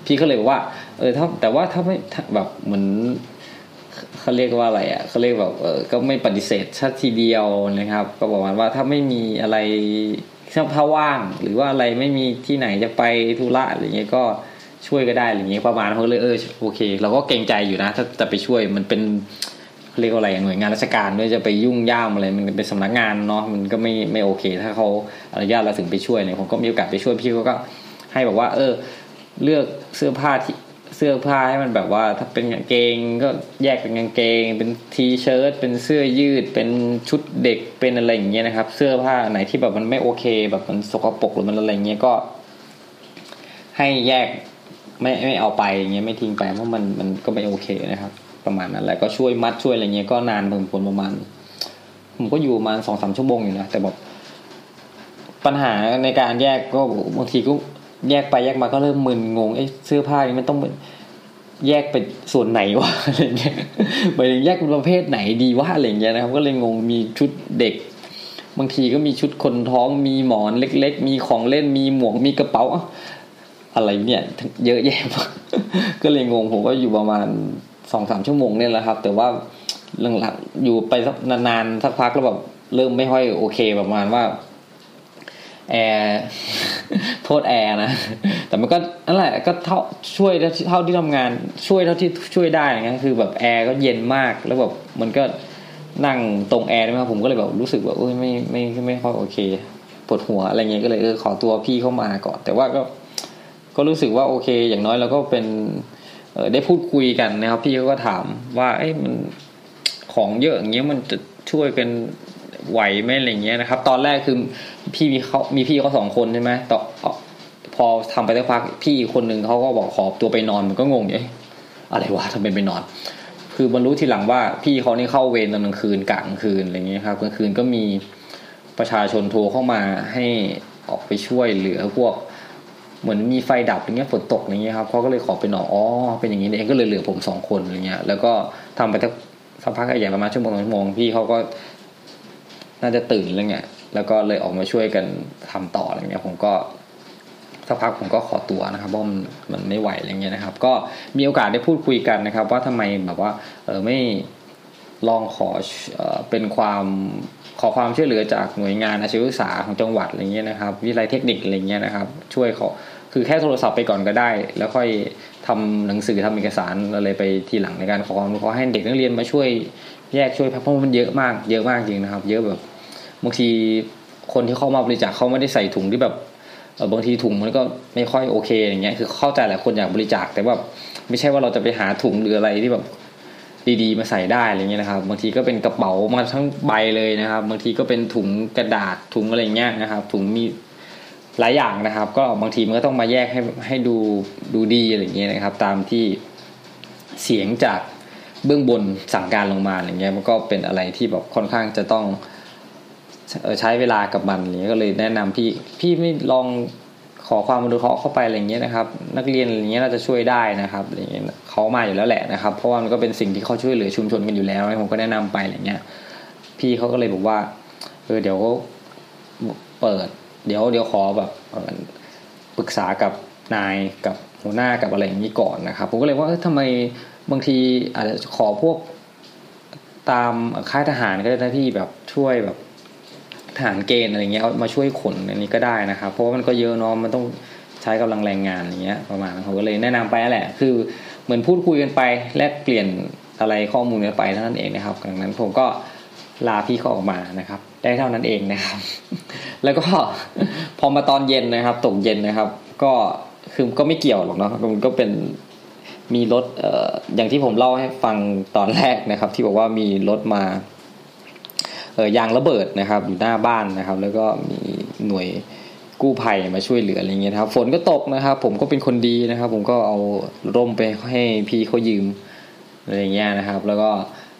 พี่ก็เลยบอกว่าแต่ว่าถ้าไม่แบบเหมือนเขาเรียกว่าอะไรอ่ะเขาเรียกแบบก็ไม่ปฏิเสธชัดทีเดียวนะครับก็บอกว่าถ้าไม่มีอะไรถ้าว่างหรือว่าอะไรไม่มีที่ไหนจะไปธุระอะไรเงี้ยก็ช่วยก็ได้อะไรเงี้ยประมาณเขาเลยโอเคเราก็เกรงใจอยู่นะถ้าจะไปช่วยมันเป็นเรียกว่าอะไรหน่วยงานราชการด้วยจะไปยุ่งย่ามอะไรมันเป็นสำนักงานเนาะมันก็ไม่โอเคถ้าเขาอนุญาตเราถึงไปช่วยเนี่ยผมก็มีโอกาสไปช่วยพี่เขาก็ให้บอกว่าเลือกเสื้อผ้าให้มันแบบว่าถ้าเป็นกางเกงก็แยกเป็นกางเกงเป็นทีเชิ้ตเป็นเสื้อยืดเป็นชุดเด็กเป็นอะไรอย่างเงี้ยนะครับเสื้อผ้าไหนที่แบบมันไม่โอเคแบบมันสกปรกหรือมันอะไรเงี้ยก็ให้แยกไม่เอาไปอย่างเงี้ยไม่ทิ้งไปเพราะมันก็ไม่โอเคนะครับประมาณนั้นแหละก็ช่วยมัดช่วยอะไรเงี้ยก็นานพอสมควรประมาณผมก็อยู่ประมาณ 2-3 ชั่วโมงอยู่นะแต่แบบปัญหาในการแยกก็บางทีก็แยกไปแยกมาก็เริ่มมึนงงเสื้อผ้านี่มันต้องแยกไปส่วนไหนวะอะไรเงี้ยหมายถึงแยกเป็นประเภทไหนดีวะอะไรเงี้ยนะครับก็เลยงงมีชุดเด็กบางทีก็มีชุดคนท้องมีหมอนเล็กๆมีของเล่นมีหมวกมีกระเป๋าอะไรเนี่ยเยอะแยะมากก็เลยงงผมก็อยู่ประมาณ 2-3 ชั่วโมงเนี่ยแหละครับแต่ว่าหลังๆอยู่ไปสักนานๆสักพักแล้วแบบเริ่มไม่ค่อยโอเคประมาณว่าแอร์โทษแอร์นะแต่มันก็นั่นแหละก็ช่วยเท่าที่ทำงานช่วยเท่าที่ช่วยได้นะคือแบบแอร์ก็เย็นมากแล้วแบบมันก็นั่งตรงแอร์นะครับผมก็เลยแบบรู้สึกว่าไม่ค่อยโอเคปวดหัวอะไรเงี้ยก็เลยขอตัวพี่เข้ามาก่อนแต่ว่าก็รู้สึกว่าโอเคอย่างน้อยเราก็เป็นได้พูดคุยกันนะครับพี่เขาก็ถามว่ามันของเยอะอย่างเงี้ยมันจะช่วยกันไหวไหมอะไรเงี้ยนะครับตอนแรกคือพี่มีพี่เขา2 คนใช่ไหมต่อพอทำไปสักพักพี่อีกคนนึงเขาก็บอกขอตัวไปนอนมันก็งงอะไรวะทำไมไปนอนคือมารู้ทีหลังว่าพี่เขานี่เข้าเวรตอนกลางคืนกลางคืนอะไรเงี้ยครับกลางคืนก็มีประชาชนโทรเข้ามาให้ออกไปช่วยเหลือพวกเหมือนมีไฟดับอย่างเงี้ยฝนตกอย่างเงี้ยครับเขาก็เลยขอไปนอนเป็นอย่างนี้เองก็เลยเหลือผม2 คนอะไรเงี้ยแล้วก็ทำไปสักพักใหญ่ประมาณชั่วโมงพี่เขาก็น่าจะตื่นแล้วไงแล้วก็เลยออกมาช่วยกันทำต่ออะไรเงี้ยผมก็สักพักผมก็ขอตัวนะครับเพราะมันไม่ไหวอะไรเงี้ยนะครับก็มีโอกาสได้พูดคุยกันนะครับว่าทำไมแบบว่าไม่ลองขอเป็นขอความช่วยเหลือจากหน่วยงานอาชีวศึกษาของจังหวัดอะไรเงี้ยนะครับวิทยาลัยเทคนิคอะไรเงี้ยนะครับช่วยเขาคือแค่โทรศัพท์ไปก่อนก็ได้แล้วค่อยทำหนังสือทำเอกสารอะไรไปทีหลังในการขอให้เด็กนักเรียนมาช่วยแยกช่วยเพราะมันเยอะมากจริงนะครับเยอะแบบบางทีคนที่เข้ามาบริจาคเขาไม่ได้ใส่ถุงที่แบบบางทีถุงมันก็ไม่ค่อยโอเคอย่างเงี้ยคือเข้าใจแหละคนอยากบริจาคแต่แบบไม่ใช่ว่าเราจะไปหาถุงหรืออะไรที่แบบดีๆมาใส่ได้อะไรเงี้ยนะครับบางทีก็เป็นกระเป๋ามาทั้งใบเลยนะครับบางทีก็เป็นถุงกระดาษถุงอะไรเงี้ยนะครับถุงมีหลายอย่างนะครับก็บางทีมันก็ต้องมาแยกให้ดูดีอะไรเงี้ยนะครับตามที่เสียงจากเบื้องบนสั่งการลงมาอะไรเงี้ยมันก็เป็นอะไรที่แบบค่อนข้างจะต้องใช้เวลากับมันอะไรเงี้ยก็เลยแนะนำพี่ไม่ลองขอความอนุเคราะห์เข้าไปอะไรเงี้ยนะครับนักเรียนอะไรเงี้ยเราจะช่วยได้นะครับอะไรเงี้ยเขามาอยู่แล้วแหละนะครับเพราะว่ามันก็เป็นสิ่งที่เขาช่วยเหลือชุมชนกันอยู่แล้วผมก็แนะนำไปอะไรเงี้ยพี่เขาก็เลยบอกว่าเดี๋ยวเปิดเดี๋ยวขอแบบปรึกษากับนายกับหัวหน้ากับอะไรอย่างนี้ก่อนนะครับผมก็เลยว่าทำไมบางทีอาจจะขอพวกตามค่ายทหารก็ได้พี่แบบช่วยแบบทหารเกณฑ์อะไรเงี้ยเอามาช่วยขนอันนี้ก็ได้นะครับเพราะว่ามันก็เยอะเนาะมันต้องใช้กำลังแรงงานอย่างเงี้ยประมาณนั้นผมก็เลยแนะนำไปแหละคือเหมือนพูดคุยกันไปแลกเปลี่ยนอะไรข้อมูลกันไปเท่านั้นเองนะครับดังนั้นผมก็ลาพี่เขาออกมานะครับได้เท่านั้นเองนะครับแล้วก็พอมาตอนเย็นนะครับตกเย็นนะครับก็คือก็ไม่เกี่ยวหรอกเนาะมันก็เป็นมีรถอย่างที่ผมเล่าให้ฟังตอนแรกนะครับที่บอกว่ามีรถมายางระเบิดนะครับอยู่หน้าบ้านนะครับแล้วก็มีหน่วยกู้ภัยมาช่วยเหลืออะไรเงี้ยครับฝนก็ตกนะครับผมก็เป็นคนดีนะครับผมก็เอาร่มไปให้พี่เขายืมอะไรเงี้ยนะครับแล้วก็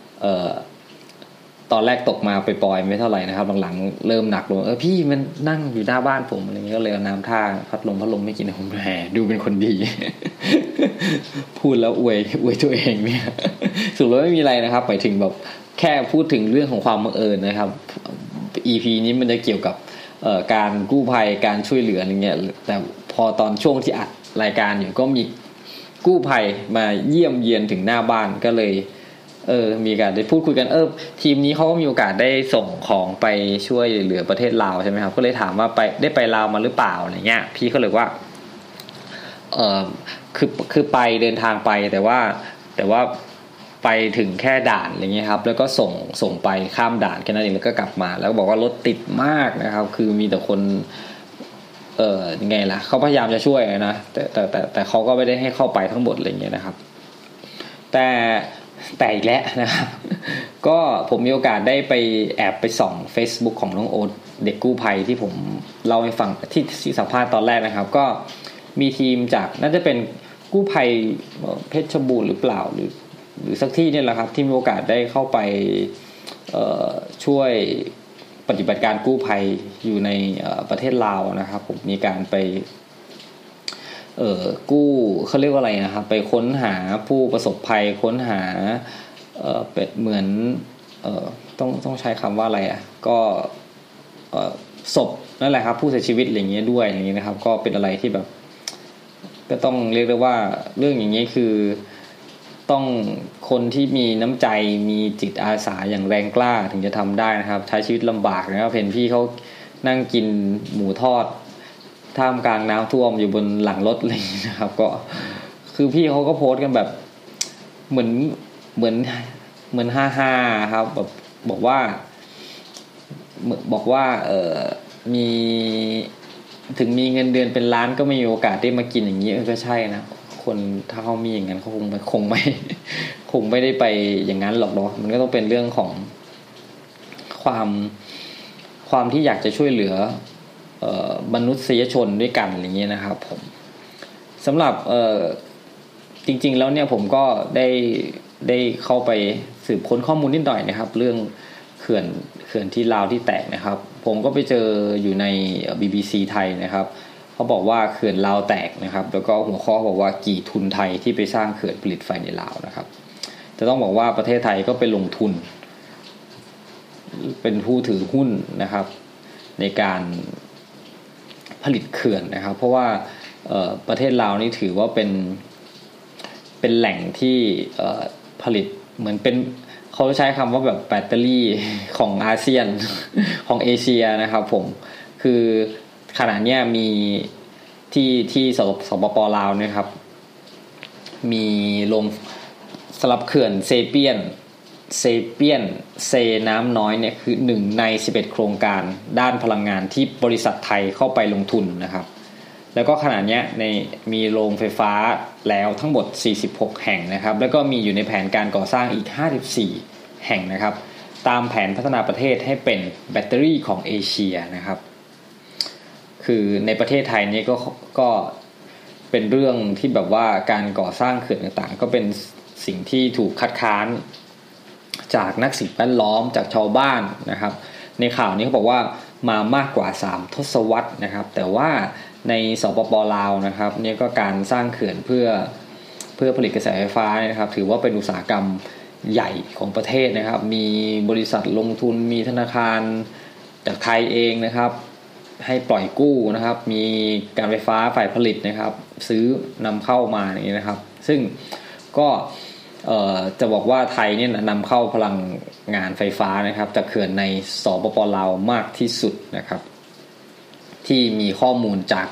ตอนแรกตกมาไปปล่อยไม่เท่าไหร่นะครับหลังๆเริ่มหนักลงพี่มันนั่งอยู่หน้าบ้านผมอะไรเงี้ยก็เลยเอาน้ำท่าพัดลมไม่กินผมแหมดูเป็นคนดี พูดแล้วอวยตัวเองเนี่ยสุดแล้วไม่มีอะไรนะครับหมายถึงแบบแค่พูดถึงเรื่องของความบังเอิญนะครับ EP นี้มันจะเกี่ยวกับการกู้ภัยการช่วยเหลืออะไรเงี้ยแต่พอตอนช่วงที่อัดรายการอยู่ก็มีกู้ภัยมาเยี่ยมเยียนถึงหน้าบ้านก็เลยมีการได้พูดคุยกันทีมนี้เขาก็มีโอกาสได้ส่งของไปช่วยเหลือประเทศลาวใช่ไหมครับก็เลยถามว่าได้ไปลาวมาหรือเปล่าอะไรเงี้ยพี่ก็เลยว่าคือไปเดินทางไปแต่ว่าไปถึงแค่ด่านอะไรเงี้ยครับแล้วก็ส่งไปข้ามด่านแค่นั้นเองแล้วก็กลับมาแล้วก็บอกว่ารถติดมากนะครับคือมีแต่คนยังไงล่ะเขาพยายามจะช่วยนะแต่เขาก็ไม่ได้ให้เข้าไปทั้งหมดอะไรเงี้ยนะครับแต่อีกแล้วนะครับก็ผมมีโอกาสได้ไปแอบไปส่อง Facebook ของน้องโอ๊ตเด็กกู้ภัยที่ผมเล่าให้ฟังที่สัมภาษณ์ตอนแรกนะครับก็มีทีมจากน่าจะเป็นกู้ภัยเพชรบูรณ์หรือเปล่าหรือสักที่นี่แหละครับที่มีโอกาสได้เข้าไปช่วยปฏิบัติการกู้ภัยอยู่ในประเทศลาวนะครับผมมีการไปกู้เขาเรียกว่าอะไรนะครับไปค้นหาผู้ประสบภัยค้นหาเป็นเหมือนต้องใช้คำว่าอะไรก็ศพนั่นแหละครับผู้เสียชีวิตอะไรอย่างเงี้ยด้วยอย่างเงี้ยนะครับก็เป็นอะไรที่แบบก็ต้องเรียกได้ว่าเรื่องอย่างนี้คือต้องคนที่มีน้ำใจมีจิตอาสาอย่างแรงกล้าถึงจะทำได้นะครับใช้ชีวิตลำบากนะครับเห็นพี่เขานั่งกินหมูทอดท่ามกลางน้ำท่วมอยู่บนหลังรถอะไรอย่างนี้นะครับก็คือพี่เขาก็โพสต์กันแบบเหมือนฮ่าๆครับแบบบอกว่ามีถึงมีเงินเดือนเป็นล้านก็ไม่มีโอกาสได้มากินอย่างนี้ก็ใช่นะคนถ้าเขามีอย่างนั้นเขาคงไม่ได้ไปอย่างนั้นหรอกเนาะมันก็ต้องเป็นเรื่องของความที่อยากจะช่วยเหลือมนุษยชนด้วยกันอย่างเงี้ยนะครับผมสำหรับจริงๆแล้วเนี่ยผมก็ได้เข้าไปสืบค้นข้อมูลนิดหน่อยนะครับเรื่องเขื่อนที่ลาวที่แตกนะครับผมก็ไปเจออยู่ใน BBC ไทยนะครับเขาบอกว่าเขื่อนลาวแตกนะครับแล้วก็หัวข้อบอกว่ากี่ทุนไทยที่ไปสร้างเขื่อนผลิตไฟในลาวนะครับจะต้องบอกว่าประเทศไทยก็ไปลงทุนเป็นผู้ถือหุ้นนะครับในการผลิตเขื่อนนะครับเพราะว่าประเทศลาวนี่ถือว่าเป็นแหล่งที่ผลิตเหมือนเป็นเขาใช้คำว่าแบบแบตเตอรี่ของอาเซียนของเอเชียนะครับผมคือขณะนี้มีที่สปป.ลาวเนี่ยครับมีลงสำหรับเขื่อนเซเปียนเซน้ำน้อยเนี่ยคือ1ใน11โครงการด้านพลังงานที่บริษัทไทยเข้าไปลงทุนนะครับแล้วก็ขณะนี้มีโรงไฟฟ้าแล้วทั้งหมด46แห่งนะครับแล้วก็มีอยู่ในแผนการก่อสร้างอีก54แห่งนะครับตามแผนพัฒนาประเทศให้เป็นแบตเตอรี่ของเอเชียนะครับคือในประเทศไทยนี่ก็เป็นเรื่องที่แบบว่าการก่อสร้างเขื่อนต่างๆก็เป็นสิ่งที่ถูกคัดค้านจากนักสิ่งแวดล้อมจากชาวบ้านนะครับในข่าวนี้เขาบอกว่ามามากกว่า3ทศวรรษนะครับแต่ว่าในสปป.ลาวนะครับนี่ก็การสร้างเขื่อนเพื่อผลิตกระแสไฟฟ้านะครับถือว่าเป็นอุตสาหกรรมใหญ่ของประเทศนะครับมีบริษัทลงทุนมีธนาคารจากไทยเองนะครับให้ปล่อยกู้นะครับมีการไฟฟ้าฝ่ายผลิตนะครับซื้อนำเข้ามาอย่างนี้นะครับซึ่งก็จะบอกว่าไทยเนี่ยนำเข้าพลังงานไฟฟ้านะครับจากเขื่อนในสปป.ลาวมากที่สุดนะครับที่มีข้อมูลจาก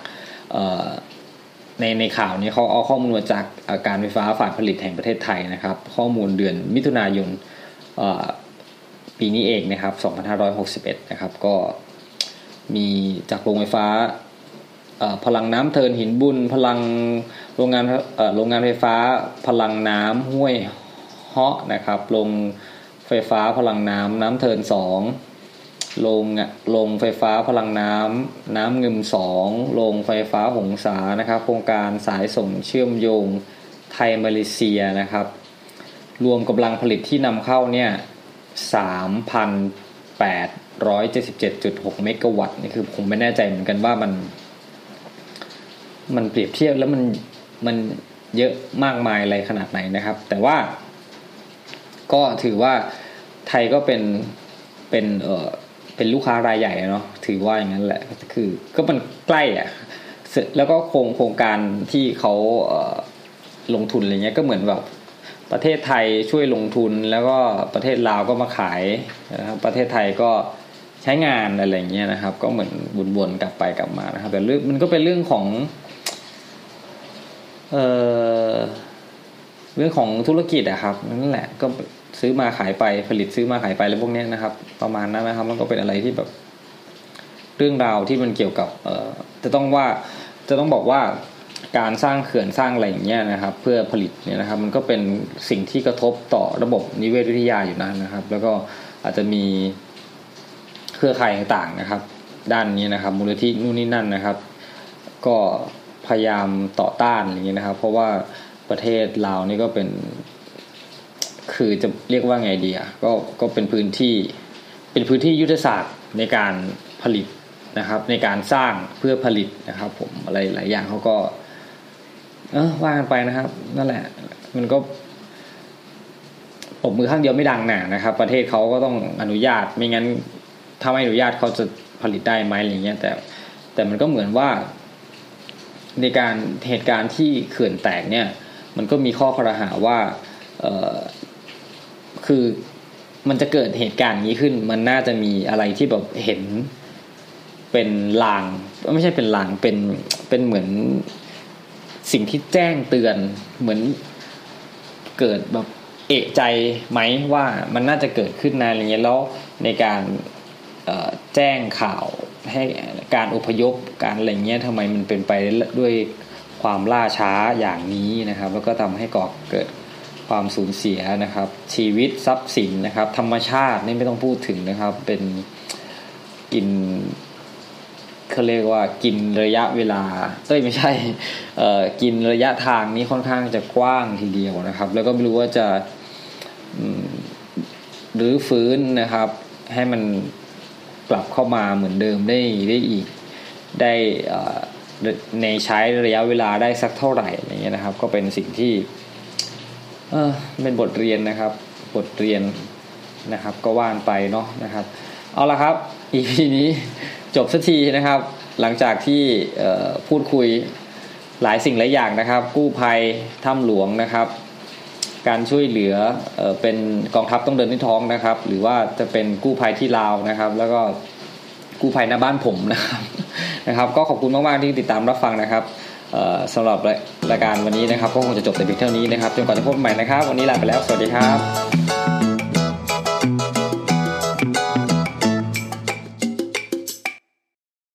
ในข่าวนี้เขาเอาข้อมูลมาจากการไฟฟ้าฝ่ายผลิตแห่งประเทศไทยนะครับข้อมูลเดือนมิถุนายนปีนี้เองนะครับ2561นะครับก็มีจากโรงไฟฟ้าพลังน้ำเทินหินบุญพลังโรงงานไฟฟ้าพลังน้ำห้วยเฮาะนะครับโรงไฟฟ้าพลังน้ำเทิน2โรงไฟฟ้าพลังน้ำเงิม2โรงไฟฟ้าหงสานะครับโครงการสายส่งเชื่อมโยงไทยมาเลเซียนะครับรวมกำลังผลิตที่นำเข้าเนี่ย 3,877.6 เมกะวัตต์นี่คือผมไม่แน่ใจเหมือนกันว่ามันเปรียบเทียบแล้วมันเยอะมากมายอะไรขนาดไหนนะครับแต่ว่าก็ถือว่าไทยก็เป็นลูกค้ารายใหญ่เนาะถือว่าอย่างนั้นแหละคือก็มันใกล้แล้วก็โครงการที่เขาลงทุนอะไรเงี้ยก็เหมือนแบบประเทศไทยช่วยลงทุนแล้วก็ประเทศลาวก็มาขายนะครับประเทศไทยก็ใช้งานอะไรเงี้ยนะครับก็เหมือนวนๆกลับไปกลับมานะครับแต่เรื่องมันก็เป็นเรื่องของเรื่องของธุรกิจอะครับนั่นแหละก็ซื้อมาขายไปผลิตซื้อมาขายไปแล้วพวกนี้นะครับประมาณนั้นนะครับมันก็เป็นอะไรที่แบบเรื่องราวที่มันเกี่ยวกับจะต้องบอกว่าการสร้างเขื่อนสร้างอะไรอย่างเงี้ยนะครับเพื่อผลิตเนี่ยนะครับมันก็เป็นสิ่งที่กระทบต่อระบบนิเวศวิทยาอยู่นะครับแล้วก็อาจจะมีเครือข่ายต่างๆนะครับด้านนี้นะครับมูลนิธินู่นนี่นั่นนะครับก็พยายามต่อต้านอย่างเงี้ยนะครับเพราะว่าประเทศลาวนี่ก็เป็นคือจะเรียกว่าไงดีอ่ะก็เป็นพื้นที่ยุทธศาสตร์ในการผลิตนะครับในการสร้างเพื่อผลิตนะครับผมอะไรหลายอย่างเขาก็ว่ากันไปนะครับนั่นแหละมันก็ปรบมือข้างเดียวไม่ดังนะครับประเทศเขาก็ต้องอนุญาตไม่งั้นถ้าไม่อนุญาตเขาจะผลิตได้ไหมอะไรเงี้ยแต่มันก็เหมือนว่าในการเหตุการณ์ที่เขื่อนแตกเนี่ยมันก็มีข้อครหาว่าคือมันจะเกิดเหตุการณ์นี้ขึ้นมันน่าจะมีอะไรที่แบบเห็นเป็นลางไม่ใช่เป็นลางเป็นเหมือนสิ่งที่แจ้งเตือนเหมือนเกิดแบบเอะใจไหมว่ามันน่าจะเกิดขึ้นนะอะไรเงี้ยแล้วในการแจ้งข่าวให้การอพยพการอะไรเงี้ยทำไมมันเป็นไปด้วยความล่าช้าอย่างนี้นะครับแล้วก็ทำให้ก่อเกิดความสูญเสียนะครับชีวิตทรัพย์สินนะครับธรรมชาตินี่ไม่ต้องพูดถึงนะครับเป็นกินเขาเรียกว่ากินระยะเวลาไม่ใช่กินระยะทางนี้ค่อนข้างจะกว้างทีเดียวนะครับแล้วก็ไม่รู้ว่าจะรื้อฟื้นนะครับให้มันกลับเข้ามาเหมือนเดิมได้อีกได้ในใช้ระยะเวลาได้สักเท่าไหร่อะไรเงี้ยนะครับก็เป็นสิ่งที่เป็นบทเรียนนะครับบทเรียนนะครับก็ว่านไปเนาะนะครับเอาละครับ EP นี้จบสักทีนะครับหลังจากที่พูดคุยหลายสิ่งหลายอย่างนะครับกู้ภัยถ้ำหลวงนะครับการช่วยเหลือเป็นกองทัพต้องเดินด้วยท้องนะครับหรือว่าจะเป็นกู้ภัยที่ลาวนะครับแล้วก็กู้ภัยหน้าบ้านผมนะครับก็ขอบคุณมากๆที่ติดตามรับฟังนะครับสำหรับรายการวันนี้นะครับก็คงจะจบแต่เพียงเท่านี้นะครับจนกว่าจะพบกันใหม่นะครับวันนี้ลาไปแล้วสวัสดีครับ